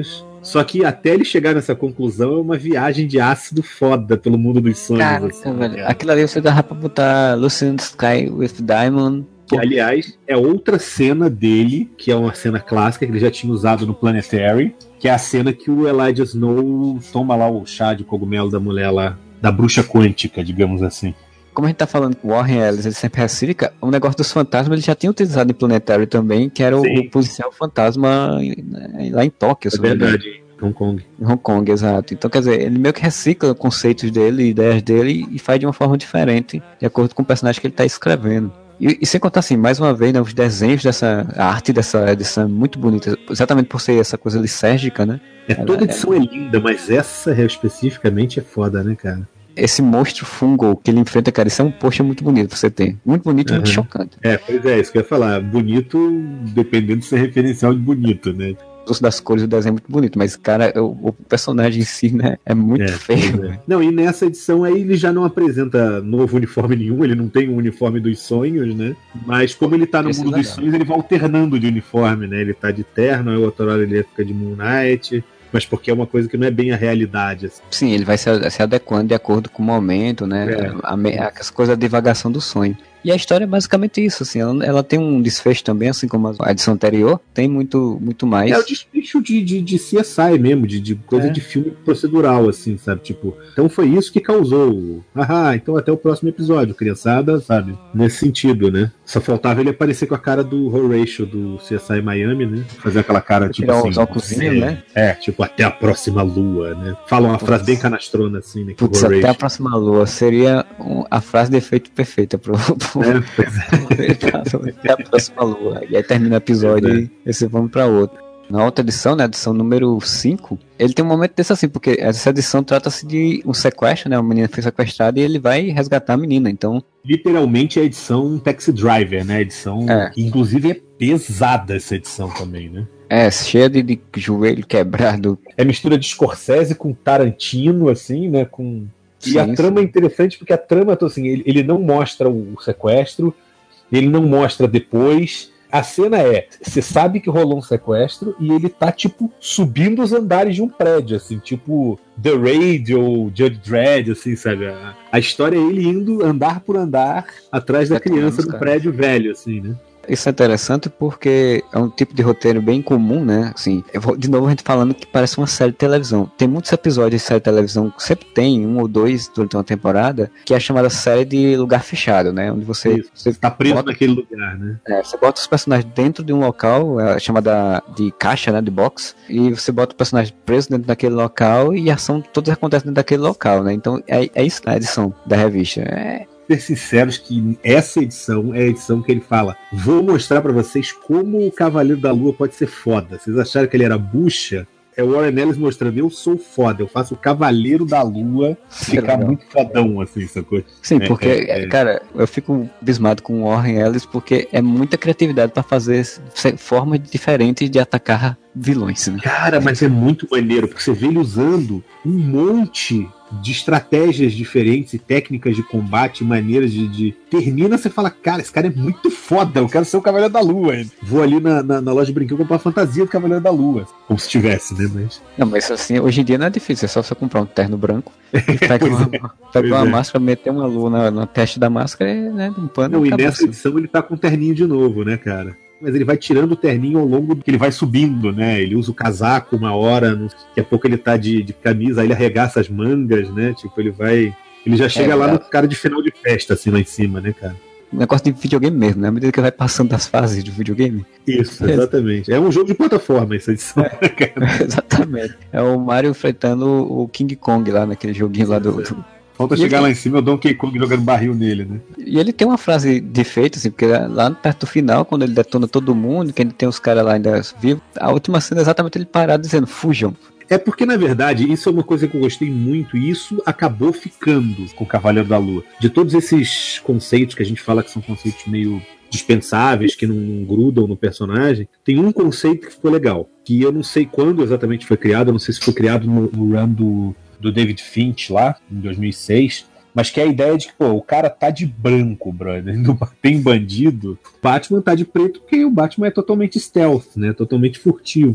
Só que até ele chegar nessa conclusão é uma viagem de ácido foda pelo mundo dos sonhos. Caraca, assim, velho. né? Aquilo ali você dava pra botar Lucy in the Sky with Diamond. Que, aliás, é outra cena dele, que é uma cena clássica que ele já tinha usado no Planetary, que é a cena que o Elijah Snow toma lá o chá de cogumelo da mulher lá, da bruxa quântica, digamos assim. Como a gente tá falando com o Warren Ellis, ele sempre recicla, o negócio dos fantasmas ele já tinha utilizado em Planetary também, que era o, o policial fantasma em, lá em Tóquio. É verdade, em Hong Kong. Em Hong Kong, exato. Então, quer dizer, ele meio que recicla conceitos dele, ideias dele, e faz de uma forma diferente, de acordo com o personagem que ele tá escrevendo. E, e sem contar assim, mais uma vez, né, os desenhos dessa, a arte dessa edição é muito bonita, exatamente por ser essa coisa lisérgica, né? É, toda edição é... é linda, mas essa especificamente é foda, né, cara? Esse monstro fungo que ele enfrenta, cara, isso é um post muito bonito pra você ter. Muito bonito e uhum. muito chocante. É, pois é, isso que eu ia falar. Bonito, dependendo de ser referencial de bonito, né? uso das cores do desenho é muito bonito, mas, cara, o, o personagem em si, né, é muito é, feio. É. Não, e nessa edição aí ele já não apresenta novo uniforme nenhum, ele não tem um uniforme dos sonhos, né? Mas como ele tá no Precisa mundo dos sonhos, ele vai alternando de uniforme, né? Ele tá de terno, aí outra hora ele fica de Moon Knight, mas porque é uma coisa que não é bem a realidade. Assim. Sim, ele vai se, se adequando de acordo com o momento, né? É. A, a, as coisas da divagação do sonho. E a história é basicamente isso, assim, ela, ela tem um desfecho também, assim como a edição anterior, tem muito, muito mais. É o desfecho de, de, de C S I mesmo, de, de coisa é. de filme procedural, assim, sabe, tipo, então foi isso que causou, ah, então até o próximo episódio, criançada, sabe, nesse sentido, né, só faltava ele aparecer com a cara do Horatio do C S I Miami, né, fazer aquela cara, tipo assim, os óculosinhos, né, é, tipo, até a próxima lua, né, fala uma Putz. frase bem canastrona, assim, né, que Putz, até a próxima lua, seria a frase de efeito perfeita pro... É, pois é. Até a próxima lua. E aí termina o episódio é. e você vamos pra outra. Na outra edição, né, edição número cinco, ele tem um momento desse assim, porque essa edição trata-se de um sequestro, né, uma menina foi sequestrada e ele vai resgatar a menina, então... Literalmente a edição Taxi Driver, né, a edição é. que inclusive é pesada essa edição também, né? É, cheia de, de joelho quebrado. É mistura de Scorsese com Tarantino, assim, né, com... E sim, a trama sim. é interessante porque a trama, assim, ele, ele não mostra o sequestro, ele não mostra depois. A cena é, você sabe que rolou um sequestro e ele tá, tipo, subindo os andares de um prédio, assim, tipo The Raid ou Judge Dredd, assim, sabe? A, a história é ele indo andar por andar atrás da é criança no prédio velho, assim, né? Isso é interessante porque é um tipo de roteiro bem comum, né? Assim, eu vou, de novo a gente falando que parece uma série de televisão. Tem muitos episódios de série de televisão, sempre tem um ou dois durante uma temporada, que é a chamada série de lugar fechado, né? Onde você... Isso, você está preso bota, naquele lugar, né? É, você bota os personagens dentro de um local, é chamada de caixa, né? De box, e você bota o personagem preso dentro daquele local e a ação toda acontece dentro daquele local, né? Então é, é isso a edição da revista. É... ser sinceros que essa edição é a edição que ele fala, vou mostrar pra vocês como o Cavaleiro da Lua pode ser foda. Vocês acharam que ele era bucha? É o Warren Ellis mostrando, eu sou foda, eu faço o Cavaleiro da Lua ficar legal. Muito fodão, assim, essa coisa. Sim, é, porque, é, é... cara, eu fico abismado com o Warren Ellis porque é muita criatividade pra fazer formas diferentes de atacar vilões, né? Cara, mas é muito maneiro, porque você vê ele usando um monte de estratégias diferentes e técnicas de combate, maneiras de, de... Termina, você fala, cara, esse cara é muito foda, eu quero ser o Cavaleiro da Lua. Vou ali na, na, na loja de brinquedo comprar a fantasia do Cavaleiro da Lua. Como se tivesse, né? Mas... Não, mas assim, hoje em dia não é difícil, é só você comprar um terno branco, pega uma, é, pega uma é. máscara, meter uma lua na, na testa da máscara e, né, um pano. Não, e nessa edição ele tá com um terninho de novo, né, cara? Mas ele vai tirando o terninho ao longo do que ele vai subindo, né? Ele usa o casaco uma hora, daqui a pouco ele tá de, de camisa, aí ele arregaça as mangas, né? Tipo, ele vai... Ele já chega é, lá no cara de final de festa, assim, lá em cima, né, cara? Um negócio de videogame mesmo, né? À medida que vai passando das fases de videogame. Isso, exatamente. É um jogo de plataforma essa edição, é, né, cara? Exatamente. É o Mario enfrentando o King Kong lá naquele joguinho lá do... do... Falta e chegar ele... lá em cima, é o Donkey Kong jogando barril nele, né? E ele tem uma frase de efeito, assim, porque lá perto do final, quando ele detona todo mundo, que ele tem os caras lá ainda vivos, a última cena é exatamente ele parado dizendo, fujam. É porque, na verdade, isso é uma coisa que eu gostei muito, e isso acabou ficando com o Cavaleiro da Lua. De todos esses conceitos que a gente fala que são conceitos meio dispensáveis, que não, não grudam no personagem, tem um conceito que ficou legal, que eu não sei quando exatamente foi criado, eu não sei se foi criado no, no run do... do David Finch lá, em dois mil e seis, mas que é a ideia de que, pô, o cara tá de branco, brother, não tem bandido, Batman tá de preto porque o Batman é totalmente stealth, né, totalmente furtivo. O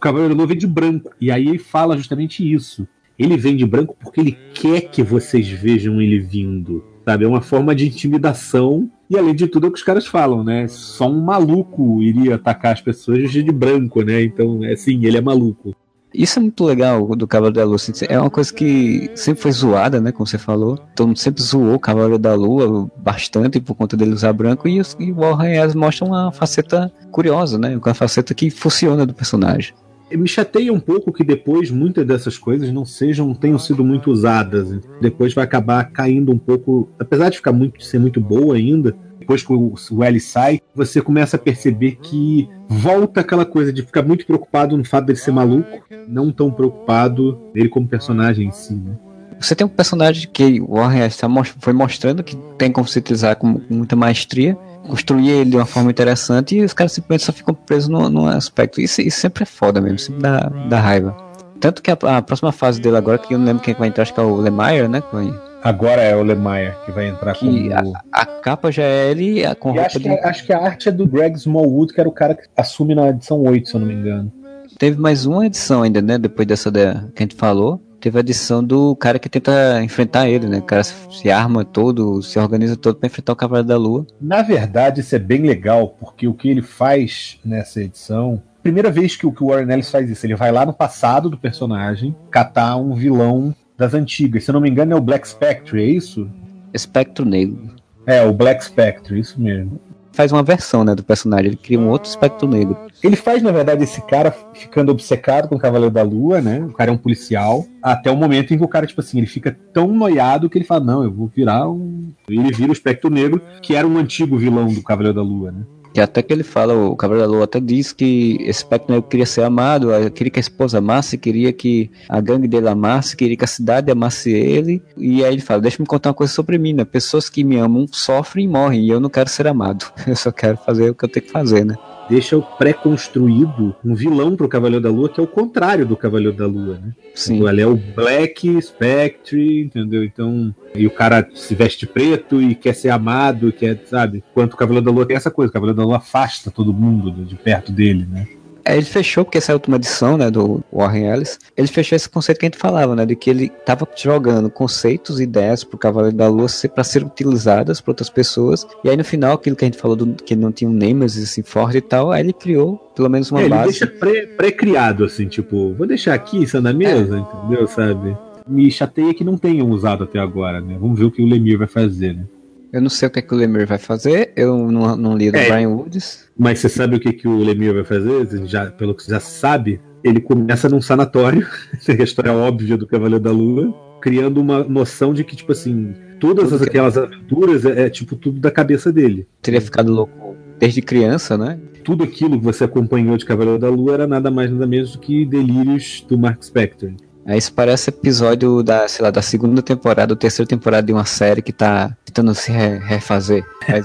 Cavaleiro da Lua vem de branco. E aí ele fala justamente isso. Ele vem de branco porque ele quer que vocês vejam ele vindo. Sabe? É uma forma de intimidação. E além de tudo é o que os caras falam, né? Só um maluco iria atacar as pessoas vestido de branco, né? Então, é assim, ele é maluco. Isso é muito legal do Cavaleiro da Lua. É uma coisa que sempre foi zoada, né? Como você falou. Todo mundo sempre zoou o Cavaleiro da Lua bastante por conta dele usar branco. E, e o Warren Ellis mostra uma faceta curiosa, né? Uma faceta que funciona do personagem. Me chateia um pouco que depois muitas dessas coisas não sejam, tenham sido muito usadas. Depois vai acabar caindo um pouco, apesar de ficar muito, ser muito boa ainda. Depois que o, o L sai, você começa a perceber que volta aquela coisa de ficar muito preocupado no fato dele ser maluco, não tão preocupado nele como personagem em si, né? Você tem um personagem que o Warren Ellis foi mostrando que tem como se utilizar com muita maestria, construir ele de uma forma interessante, e os caras simplesmente só ficam presos num, num aspecto. Isso, isso sempre é foda mesmo, sempre dá, dá raiva. Tanto que a, a próxima fase dele agora, que eu não lembro quem vai entrar, acho que é o Lemire, né? Agora é o Lemire que vai entrar que como... A, a capa já é ele com roupa acho, de... que, acho que a arte é do Greg Smallwood, que era o cara que assume na edição oito, se eu não me engano. Teve mais uma edição ainda, né? Depois dessa da, que a gente falou. Teve a edição do cara que tenta enfrentar ele, né? O cara se arma todo, se organiza todo pra enfrentar o Cavaleiro da Lua. Na verdade, isso é bem legal, porque o que ele faz nessa edição... Primeira vez que o, que o Warren Ellis faz isso, ele vai lá no passado do personagem catar um vilão das antigas. Se eu não me engano é o Black Spectre, é isso? Espectro Negro. É, o Black Spectre, isso mesmo. Faz uma versão, né, do personagem, ele cria um outro Espectro Negro. Ele faz, na verdade, esse cara ficando obcecado com o Cavaleiro da Lua, né? O cara é um policial, até o momento em que o cara, tipo assim, ele fica tão noiado que ele fala, não, eu vou virar um... Ele vira o Espectro Negro, que era um antigo vilão do Cavaleiro da Lua, né? Que até que ele fala, o Cavaleiro da Lua até diz que esse Espectro Negro queria ser amado, queria que a esposa amasse, queria que a gangue dele amasse, queria que a cidade amasse ele. E aí ele fala, deixa eu me contar uma coisa sobre mim, né? Pessoas que me amam sofrem e morrem, e eu não quero ser amado. Eu só quero fazer o que eu tenho que fazer, né? Deixa o pré-construído um vilão pro Cavaleiro da Lua, que é o contrário do Cavaleiro da Lua, né? Sim. Então, ele é o Black Spectre, entendeu? Então, e o cara se veste preto e quer ser amado, quer, sabe? Enquanto o Cavaleiro da Lua tem essa coisa, o Cavaleiro da Lua afasta todo mundo de perto dele, né? É, ele fechou, porque essa é a última edição, né, do Warren Ellis, ele fechou esse conceito que a gente falava, né, de que ele estava jogando conceitos e ideias pro Cavaleiro da Lua para serem utilizadas por outras pessoas, e aí no final, aquilo que a gente falou, do, que ele não tinha um Nemesis assim forte e tal, aí ele criou pelo menos uma é, base. Ele deixa pré, pré-criado, assim, tipo, vou deixar aqui isso na mesa, é. Entendeu, sabe? Me chateia que não tenham usado até agora, né, vamos ver o que o Lemire vai fazer, né. Eu não sei o que, é que o Lemire vai fazer, eu não, não li do é, Brian Woods. Mas você sabe o que, que o Lemire vai fazer? Já, pelo que você já sabe, ele começa num sanatório, a história óbvia do Cavaleiro da Lua, criando uma noção de que, tipo assim, todas as, aquelas aventuras é, é tipo tudo da cabeça dele. Teria ficado louco desde criança, né? Tudo aquilo que você acompanhou de Cavaleiro da Lua era nada mais nada menos do que delírios do Mark Spector. Aí isso parece episódio da, sei lá, da segunda temporada ou terceira temporada de uma série que tá tentando se re- refazer. Faz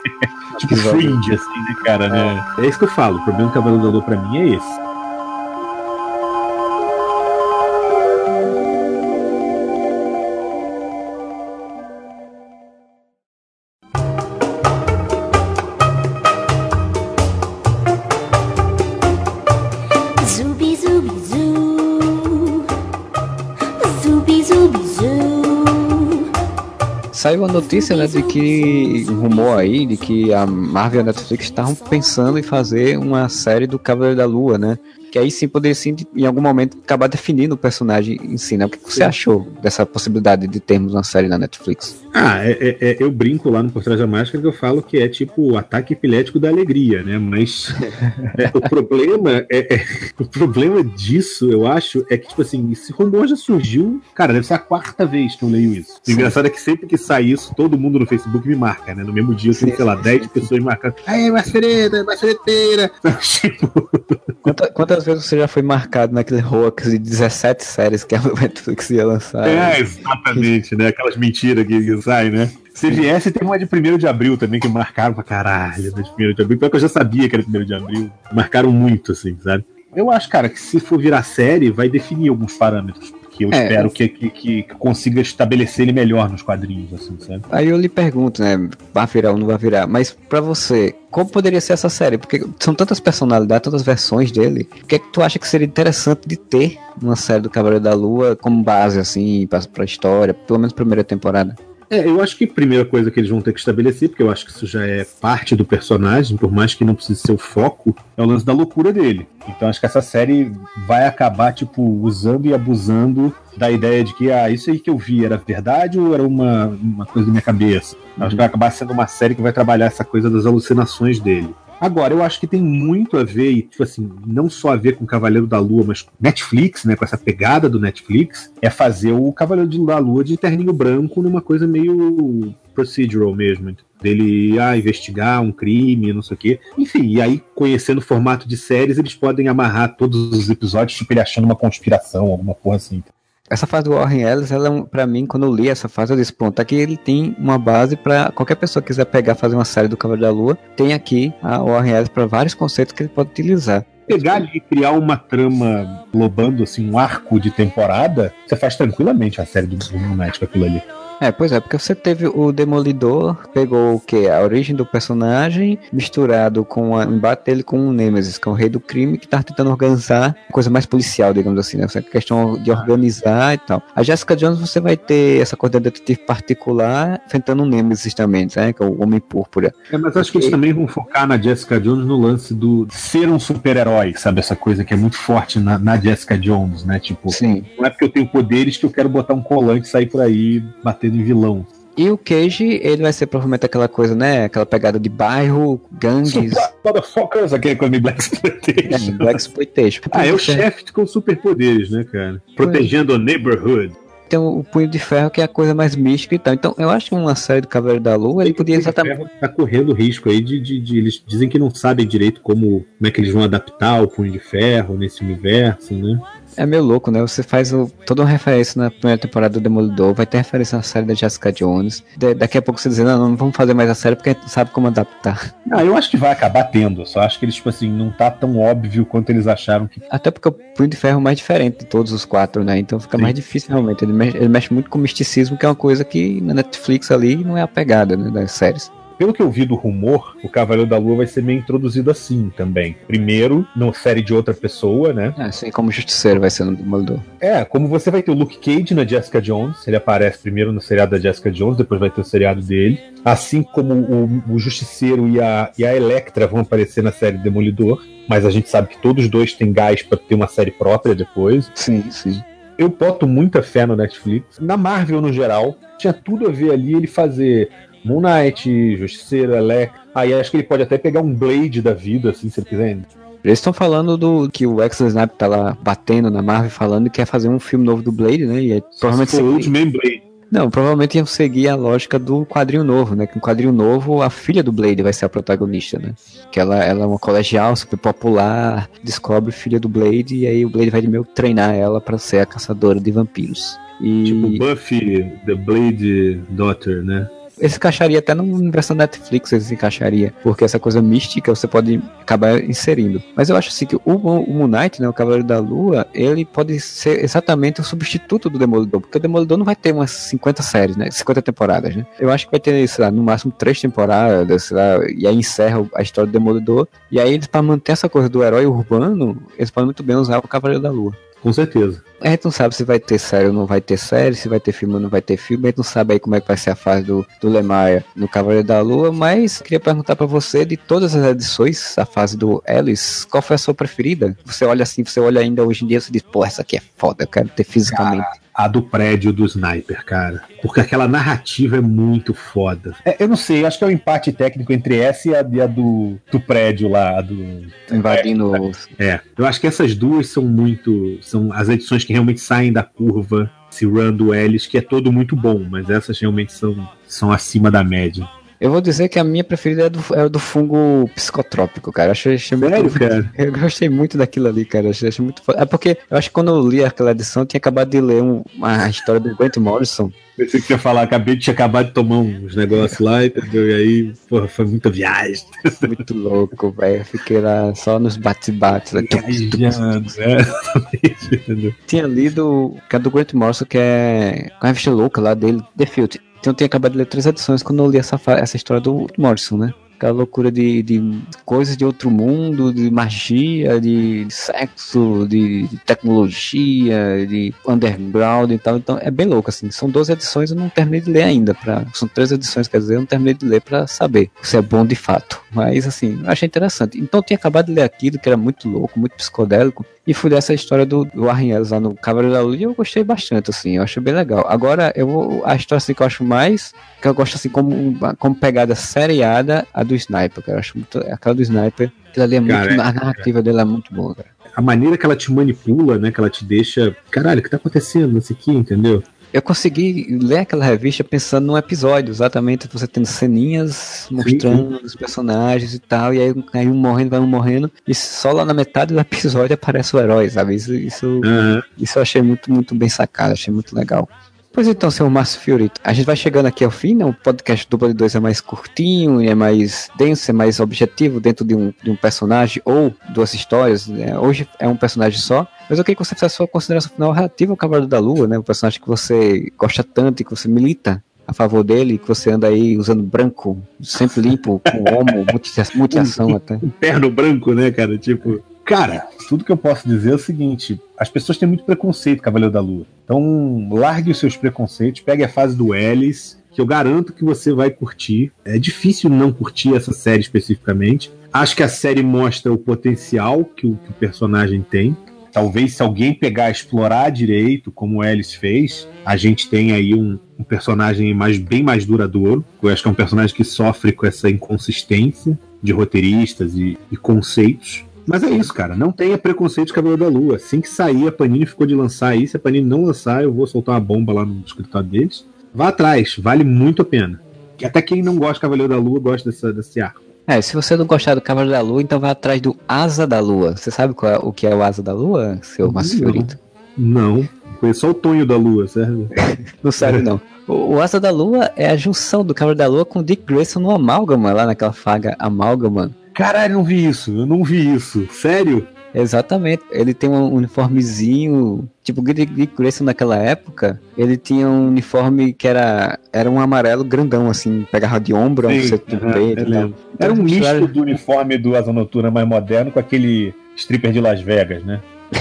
um tipo Fringe, assim, né, cara? Né? É isso que eu falo. O problema do Cavaleiro da Lua pra mim é esse. Saiu a notícia, né, de que um rumor aí de que a Marvel e a Netflix estavam pensando em fazer uma série do Cavaleiro da Lua, né? Que aí sim poderia sim, em algum momento acabar definindo o personagem em si, né? O que você achou dessa possibilidade de termos uma série na Netflix? Ah, é, é, é, eu brinco lá no Por Trás da Máscara que eu falo que é tipo o ataque epilético da alegria, né? Mas é, o problema é, é o problema disso, eu acho, é que tipo assim, esse rumor já surgiu, cara, deve ser a quarta vez que eu leio isso. O engraçado é que sempre que sai isso, todo mundo no Facebook me marca, né? No mesmo dia eu tenho, sei lá, dez pessoas marcando. Aí, Marfereta, Marfereteira! Tipo... Quantas, quantas vezes você já foi marcado naquele hoax de dezessete séries que a Netflix ia lançar? É, exatamente, né? Aquelas mentiras que saem, né? C V S tem uma de primeiro de abril também, que marcaram pra caralho, né, de primeiro de abril. Pior que eu já sabia que era primeiro de abril. Marcaram muito, assim, sabe? Eu acho, cara, que se for virar série, vai definir alguns parâmetros. que eu É. espero que, que, que consiga estabelecer ele melhor nos quadrinhos, assim, sabe? Aí eu lhe pergunto, né? Vai virar ou não vai virar? Mas pra você, como poderia ser essa série? Porque são tantas personalidades, tantas versões dele. O que é que tu acha que seria interessante de ter uma série do Cavaleiro da Lua como base, assim, pra, pra história? Pelo menos primeira temporada. É, eu acho que a primeira coisa que eles vão ter que estabelecer, porque eu acho que isso já é parte do personagem, por mais que não precise ser o foco, é o lance da loucura dele. Então acho que essa série vai acabar, tipo, usando e abusando da ideia de que, ah, isso aí que eu vi era verdade ou era uma, uma coisa da minha cabeça? Acho que vai acabar sendo uma série que vai trabalhar essa coisa das alucinações dele. Agora, eu acho que tem muito a ver, e, tipo assim, não só a ver com o Cavaleiro da Lua, mas com Netflix, né, com essa pegada do Netflix, é fazer o Cavaleiro da Lua de terninho branco numa coisa meio procedural mesmo, dele ah, investigar um crime, não sei o quê. Enfim, e aí, conhecendo o formato de séries, eles podem amarrar todos os episódios, tipo, ele achando uma conspiração, alguma porra assim. Essa fase do Warren Ellis, ela, é um- pra mim, quando eu li essa fase, eu disse, pronto, aqui ele tem uma base pra qualquer pessoa que quiser pegar, fazer uma série do Cavaleiro da Lua, tem aqui a Warren Ellis pra vários conceitos que ele pode utilizar. Pegar ali e criar uma trama globando, assim, um arco de temporada, você faz tranquilamente a série do Moon Knight com aquilo ali. É, pois é, porque você teve o Demolidor, pegou o que? A origem do personagem, misturado com o embate dele com o Nemesis, que é o rei do crime, que tá tentando organizar coisa mais policial, digamos assim, né? Essa questão de organizar e tal. A Jessica Jones, você vai ter essa coisa de detetive particular, enfrentando o Nemesis também, né? Que é o Homem Púrpura. É, mas acho que eles também vão focar na Jessica Jones no lance do ser um super-herói, sabe? Essa coisa que é muito forte na, na Jessica Jones, né? Tipo, Sim. não é porque eu tenho poderes que eu quero botar um colante e sair por aí batendo em vilão. E o Cage, ele vai ser provavelmente aquela coisa, né? Aquela pegada de bairro, gangues. Super motherfuckers, aquele coisa de Black É, Exploitation. Black Exploitation. Ah, é o chefe com superpoderes, né, cara? Protegendo o neighborhood. Tem o Punho de Ferro, que é a coisa mais mística e tal. Então, eu acho que uma série do Cavaleiro da Lua, ele podia exatamente... Tá correndo risco aí de, de, de... Eles dizem que não sabem direito como, como é que eles vão adaptar o Punho de Ferro nesse universo, né? É meio louco, né? Você faz o, toda uma referência na primeira temporada do Demolidor, vai ter referência na série da Jessica Jones. De, daqui a pouco você dizendo, não, não vamos fazer mais a série porque a gente não sabe como adaptar. Ah, eu acho que vai acabar tendo, só acho que eles, tipo assim, não tá tão óbvio quanto eles acharam que... Até porque o Punho de Ferro é o mais diferente de todos os quatro, né? Então fica Sim. mais difícil realmente. Ele mexe, ele mexe muito com misticismo, que é uma coisa que na Netflix ali não é a pegada, né, das séries. Pelo que eu vi do rumor, o Cavaleiro da Lua vai ser meio introduzido assim também. Primeiro, numa série de outra pessoa, né? Assim como o Justiceiro vai ser no Demolidor. É, como você vai ter o Luke Cage na Jessica Jones, ele aparece primeiro no seriado da Jessica Jones, depois vai ter o seriado dele. Assim como o, o Justiceiro e a, e a Elektra vão aparecer na série Demolidor, mas a gente sabe que todos os dois têm gás pra ter uma série própria depois. Sim, sim. Eu boto muita fé no Netflix. Na Marvel, no geral, tinha tudo a ver ali ele fazer Moon Knight, Justiceiro, Elektra. Aí acho que ele pode até pegar um Blade da vida, assim, se ele quiser. Eles estão falando do que o Wesley Snipes tá lá batendo na Marvel, falando que quer fazer um filme novo do Blade, né? E aí, provavelmente Se for o seguir... Ultimate Blade. Não, provavelmente iam seguir a lógica do quadrinho novo, né? Que no quadrinho novo, a filha do Blade vai ser a protagonista, né? Que ela, ela é uma colegial super popular, descobre filha do Blade, e aí o Blade vai meio treinar ela pra ser a caçadora de vampiros. E... Tipo Buffy, The Blade Daughter, né? Ele se encaixaria até no universo da Netflix, ele se encaixaria, porque essa coisa mística você pode acabar inserindo. Mas eu acho assim que o, o Moon Knight, né, o Cavaleiro da Lua, ele pode ser exatamente o substituto do Demolidor, porque o Demolidor não vai ter umas cinquenta séries, né, cinquenta temporadas, né. Eu acho que vai ter, sei lá, no máximo três temporadas, sei lá, e aí encerra a história do Demolidor, e aí eles, pra manter essa coisa do herói urbano, eles podem muito bem usar o Cavaleiro da Lua. Com certeza. A gente não sabe se vai ter série ou não vai ter série, se vai ter filme ou não vai ter filme, a gente não sabe aí como é que vai ser a fase do, do Lemire no Cavaleiro da Lua, mas queria perguntar pra você, de todas as edições, a fase do Ellis, qual foi a sua preferida? Você olha assim, você olha ainda hoje em dia e você diz, pô, essa aqui é foda, eu quero ter fisicamente. Cara, a do prédio do Sniper, cara. Porque aquela narrativa é muito foda. É, eu não sei, acho que é um empate técnico entre essa e a, e a do, do prédio lá, a do... Invadindo... É, eu acho que essas duas são muito... São as edições que realmente saem da curva, esse run do Ellis, que é todo muito bom, mas essas realmente são, são acima da média. Eu vou dizer que a minha preferida é do, é do fungo psicotrópico, cara. Eu achei, achei Sério, muito, cara? Eu gostei muito daquilo ali, cara. Eu achei, achei muito foda. É porque eu acho que quando eu li aquela edição, eu tinha acabado de ler um, uma história do Grant Morrison. Pensei que você ia falar, acabei de acabar de tomar uns negócios lá, entendeu? E aí, porra, foi muita viagem. Muito louco, velho. Fiquei lá só nos bate-bates. Né? Viajando, é. Entendeu? Tinha lido que é do Grant Morrison, que é com a revista louca lá dele, The Field. Então eu tinha acabado de ler três edições quando eu li essa, essa história do Morrison, né? Aquela loucura de, de coisas de outro mundo, de magia, de, de sexo, de, de tecnologia, de underground e tal. Então é bem louco, assim. São doze edições, eu não terminei de ler ainda. Pra, são três edições, quer dizer, eu não terminei de ler pra saber se é bom de fato. Mas, assim, eu achei interessante. Então eu tinha acabado de ler aquilo, que era muito louco, muito psicodélico. E fui dessa história do, do Warren Ellis lá no Cavaleiro da Lua e eu gostei bastante, assim, eu achei bem legal. Agora, eu vou, a história assim, que eu acho mais, que eu gosto assim, como, como pegada seriada, a do Sniper, cara. Eu acho muito, aquela do Sniper, aquilo ali é muito, cara, a narrativa cara. dele é muito boa, cara. A maneira que ela te manipula, né, que ela te deixa, caralho, o que tá acontecendo isso aqui, entendeu? Eu consegui ler aquela revista pensando num episódio, exatamente, você tendo ceninhas mostrando sim, sim. os personagens e tal, e aí, aí um morrendo, vai um morrendo, e só lá na metade do episódio aparece o herói, sabe? Isso, isso, uhum. isso eu achei muito, muito bem sacado, achei muito legal. Pois então, seu Márcio Fiorito, a gente vai chegando aqui ao fim, né? O podcast Dupla de Dois é mais curtinho, é mais denso, é mais objetivo dentro de um, de um personagem ou duas histórias, né? Hoje é um personagem só, mas eu queria que você fizesse a sua consideração final relativa ao Cavaleiro da Lua, né? O personagem que você gosta tanto e que você milita a favor dele, que você anda aí usando branco, sempre limpo, com homo, multiação um, até. Um terno branco, né, cara? Tipo... Cara, tudo que eu posso dizer é o seguinte, as pessoas têm muito preconceito com Cavaleiro da Lua. Então, largue os seus preconceitos, pegue a fase do Ellis, que eu garanto que você vai curtir. É difícil não curtir essa série especificamente. Acho que a série mostra o potencial que o, que o personagem tem. Talvez se alguém pegar, explorar direito, como o Ellis fez, a gente tem aí um, um personagem mais, bem mais duradouro. Eu acho que é um personagem que sofre com essa inconsistência de roteiristas e, e conceitos. Mas é isso, cara. Não tenha preconceito de Cavaleiro da Lua. Assim que sair, a Panini ficou de lançar aí. Se a Panini não lançar, eu vou soltar uma bomba lá no escritório deles. Vá atrás. Vale muito a pena. Até quem não gosta de Cavaleiro da Lua gosta dessa, desse arco. É, se você não gostar do Cavaleiro da Lua, então vá atrás do Asa da Lua. Você sabe qual é, o que é o Asa da Lua, seu Márcio Fiorito? Não. Foi só o Tonho da Lua, certo? Não sabe, não. O, o Asa da Lua é a junção do Cavaleiro da Lua com o Dick Grayson no Amálgama, lá naquela faga Amálgama. Caralho, não vi isso, eu não vi isso. Sério? Exatamente. Ele tem um uniformezinho, tipo o Dick Grayson naquela época, ele tinha um uniforme que era, era um amarelo grandão, assim, pegava de ombro, sim, você tinha uhum, peito, é então, era um misto era... do uniforme do Asa Noturna mais moderno com aquele stripper de Las Vegas, né?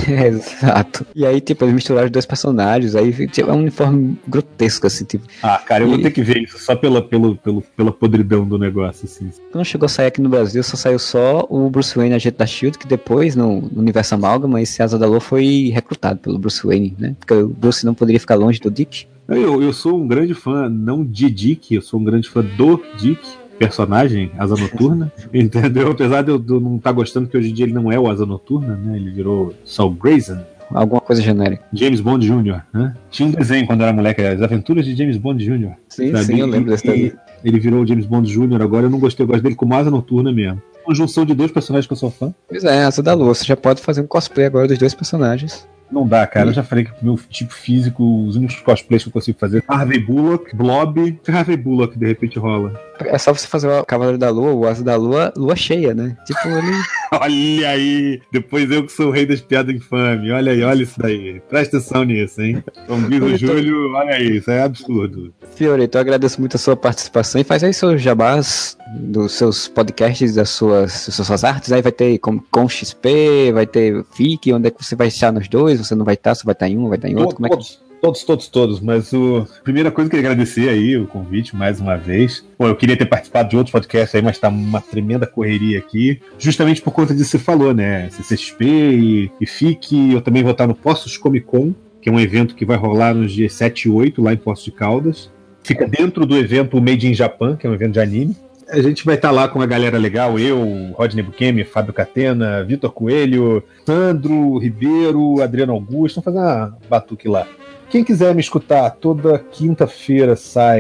Exato. E aí, tipo, eles misturaram os dois personagens, aí tipo, é um uniforme grotesco, assim, tipo. Ah, cara, eu e... vou ter que ver isso só pela, pelo, pelo, pela podridão do negócio, assim. Quando chegou a sair aqui no Brasil, só saiu só o Bruce Wayne, agente da Shield, que depois, no, no universo Amálgama, esse Asa da Lua foi recrutado pelo Bruce Wayne, né? Porque o Bruce não poderia ficar longe do Dick. Eu, eu sou um grande fã, não de Dick, eu sou um grande fã do Dick. Personagem, Asa Noturna, entendeu? Apesar de eu, de eu não estar tá gostando que hoje em dia ele não é o Asa Noturna, né? Ele virou Saul Grayson. Alguma coisa genérica. James Bond Júnior, né? Tinha um desenho quando eu era moleque, As Aventuras de James Bond Júnior Sim, sabe? sim, eu lembro desse desenho. Ele virou James Bond Júnior agora, eu não gostei, eu gosto dele como Asa Noturna mesmo. Uma junção de dois personagens que eu sou fã. Pois é, Asa da Lua, você já pode fazer um cosplay agora dos dois personagens. Não dá, cara. E... Eu já falei que o meu tipo físico, os únicos cosplays que eu consigo fazer, Harvey Bullock, Blob, Harvey Bullock, de repente rola. É só você fazer o Cavaleiro da Lua, o Asa da Lua, lua cheia, né? Tipo, ele... Olha aí! Depois eu que sou o rei das piadas infame. Olha aí, olha isso daí. Presta atenção nisso, hein? Como diz o Júlio, olha aí, isso é absurdo. Fiorito, eu agradeço muito a sua participação e faz aí seus jabás dos seus podcasts, das suas, das suas artes. Aí vai ter com, com X P, vai ter F I C, onde é que você vai estar nos dois, você não vai estar, você vai estar em um, vai estar em outro. Como é que... Todos, todos, todos. Mas o... a primeira coisa que eu queria agradecer aí o convite mais uma vez. Pô, eu queria ter participado de outros podcasts aí, mas tá uma tremenda correria aqui. Justamente por conta disso que você falou, né? C C X P e, e F I C. Eu também vou estar no Poços Comic Con, que é um evento que vai rolar nos dias sete e oito, lá em Poços de Caldas. Fica dentro do evento Made in Japan, que é um evento de anime. A gente vai estar lá com uma galera legal, eu, Rodney Bukemi, Fábio Catena, Vitor Coelho, Sandro Ribeiro, Adriano Augusto. Vamos fazer uma batuque lá. Quem quiser me escutar, toda quinta-feira sai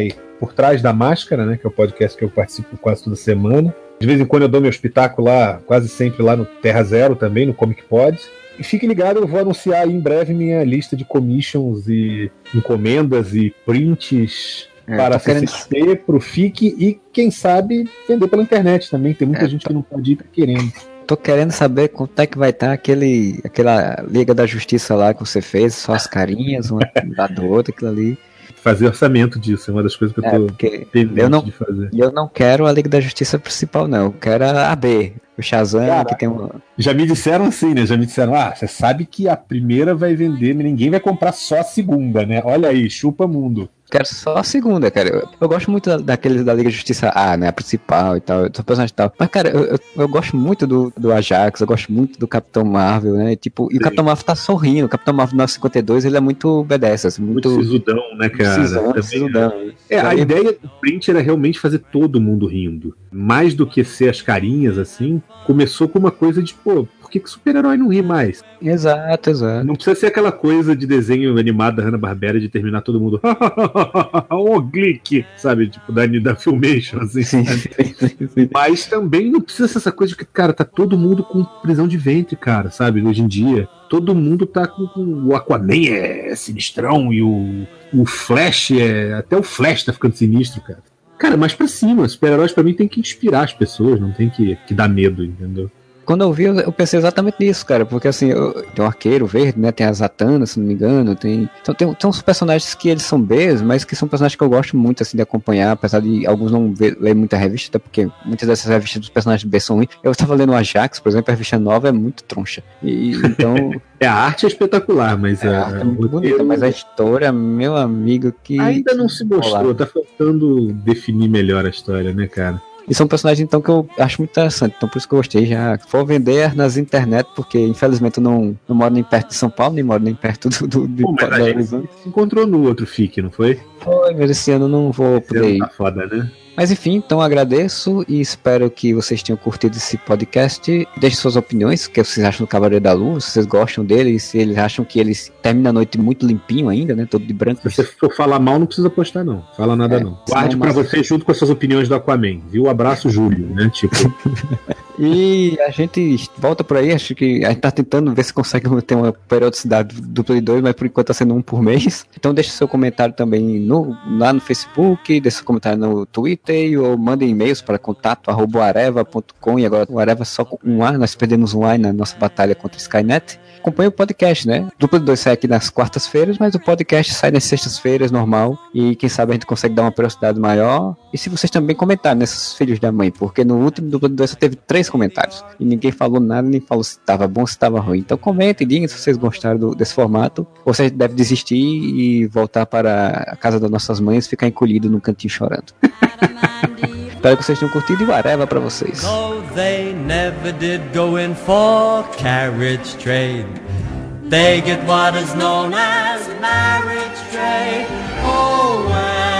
Por Trás da Máscara, né? Que é o podcast que eu participo quase toda semana. De vez em quando eu dou meu espetáculo lá, quase sempre lá no Terra Zero também, no Comic Pod. E fique ligado, eu vou anunciar aí em breve minha lista de commissions e encomendas e prints é, para a C C X P, pro F I C e, quem sabe, vender pela internet também. Tem muita é, gente tô... que não pode ir, tá querendo. Tô querendo saber quanto é que vai estar aquele, aquela Liga da Justiça lá que você fez, só as carinhas, uma da do outro, aquilo ali. Fazer orçamento disso, é uma das coisas que eu tô é, eu não, de fazer. Eu não quero a Liga da Justiça principal, não. Eu quero a B. O Shazam, Caraca, que tem uma... Já me disseram assim, né? Já me disseram, ah, você sabe que a primeira vai vender, mas ninguém vai comprar só a segunda, né? Olha aí, chupa mundo. Quero só a segunda, cara. Eu, eu gosto muito da, daqueles da Liga de Justiça A, né? A principal e tal, do personagem e tal. Mas, cara, eu, eu, eu gosto muito do, do Ajax, eu gosto muito do Capitão Marvel, né? Tipo, e Sim. o Capitão Marvel tá sorrindo. O Capitão Marvel novecentos e cinquenta e dois, ele é muito B D S, assim, muito... Muito sisudão, né, cara? Sisudão, sisudão. É, a ideia do print era realmente fazer todo mundo rindo. Mais do que ser as carinhas, assim, começou com uma coisa de, pô, por que, que super-herói não ri mais? Exato, exato. Não precisa ser aquela coisa de desenho animado da Hanna-Barbera de terminar todo mundo oh, glick, sabe? Tipo, da, da Filmation, assim. Sim, sim, sim. Mas também não precisa ser essa coisa de que, cara, tá todo mundo com prisão de ventre, cara, sabe? Hoje em dia. Todo mundo tá com, com o Aquaman é sinistrão e o, o Flash é... Até o Flash tá ficando sinistro, cara. Cara, mais pra cima, super-heróis pra mim tem que inspirar as pessoas, não tem que, que dar medo, entendeu? Quando eu vi, eu pensei exatamente nisso, cara, porque assim, eu, tem o Arqueiro Verde, né, tem a Zatanna, se não me engano, tem... Então tem, tem uns personagens que eles são Bs, mas que são personagens que eu gosto muito, assim, de acompanhar, apesar de alguns não ver, ler muita revista, até porque muitas dessas revistas dos personagens B são ruins. Eu estava lendo o Ajax, por exemplo, a revista nova é muito troncha, e então... é, a arte é espetacular, mas... É, a arte é muito bonita, eu... mas a história, meu amigo, que... Ainda não se mostrou, Olá. Tá faltando definir melhor a história, né, cara? E são personagens, então, que eu acho muito interessante. Então, por isso que eu gostei. Já vou vender nas internet, porque, infelizmente, eu não, não moro nem perto de São Paulo, nem moro nem perto do... do, do Pô, mas a gente se encontrou no outro F I C, não foi? Foi, mas esse ano eu não vou poder ir. Tá foda, né? Mas enfim, então agradeço e espero que vocês tenham curtido esse podcast. Deixem suas opiniões, o que vocês acham do Cavaleiro da Lua, se vocês gostam dele, se eles acham que eles terminam a noite muito limpinho ainda, né, todo de branco. Se você for falar mal, não precisa postar não, fala nada é, não. Guarde pra mas... você junto com as suas opiniões do Aquaman, viu? Abraço, Júlio, né, tipo... E a gente volta por aí, acho que a gente tá tentando ver se consegue ter uma periodicidade dupla de dois, mas por enquanto tá sendo um por mês. Então deixe seu comentário também no, lá no Facebook, deixe seu comentário no Twitter, ou mandem e-mails para contato arroba areva ponto com, e agora o Areva só com um A, nós perdemos um A na nossa batalha contra Skynet. Acompanhe o podcast, né? Dupla de dois sai aqui nas quartas-feiras, mas o podcast sai nas sextas-feiras, normal, e quem sabe a gente consegue dar uma periodicidade maior. E se vocês também comentarem nesses filhos da mãe, porque no último Dupla de dois só teve três comentários, e ninguém falou nada, nem falou se estava bom, se estava ruim. Então comentem, digam se vocês gostaram do, desse formato, ou se deve desistir e voltar para a casa das nossas mães, ficar encolhido num cantinho chorando. Espero que vocês tenham curtido e Areva pra vocês. So they never did go in for carriage trade. They get what is known as marriage trade. Oh, well.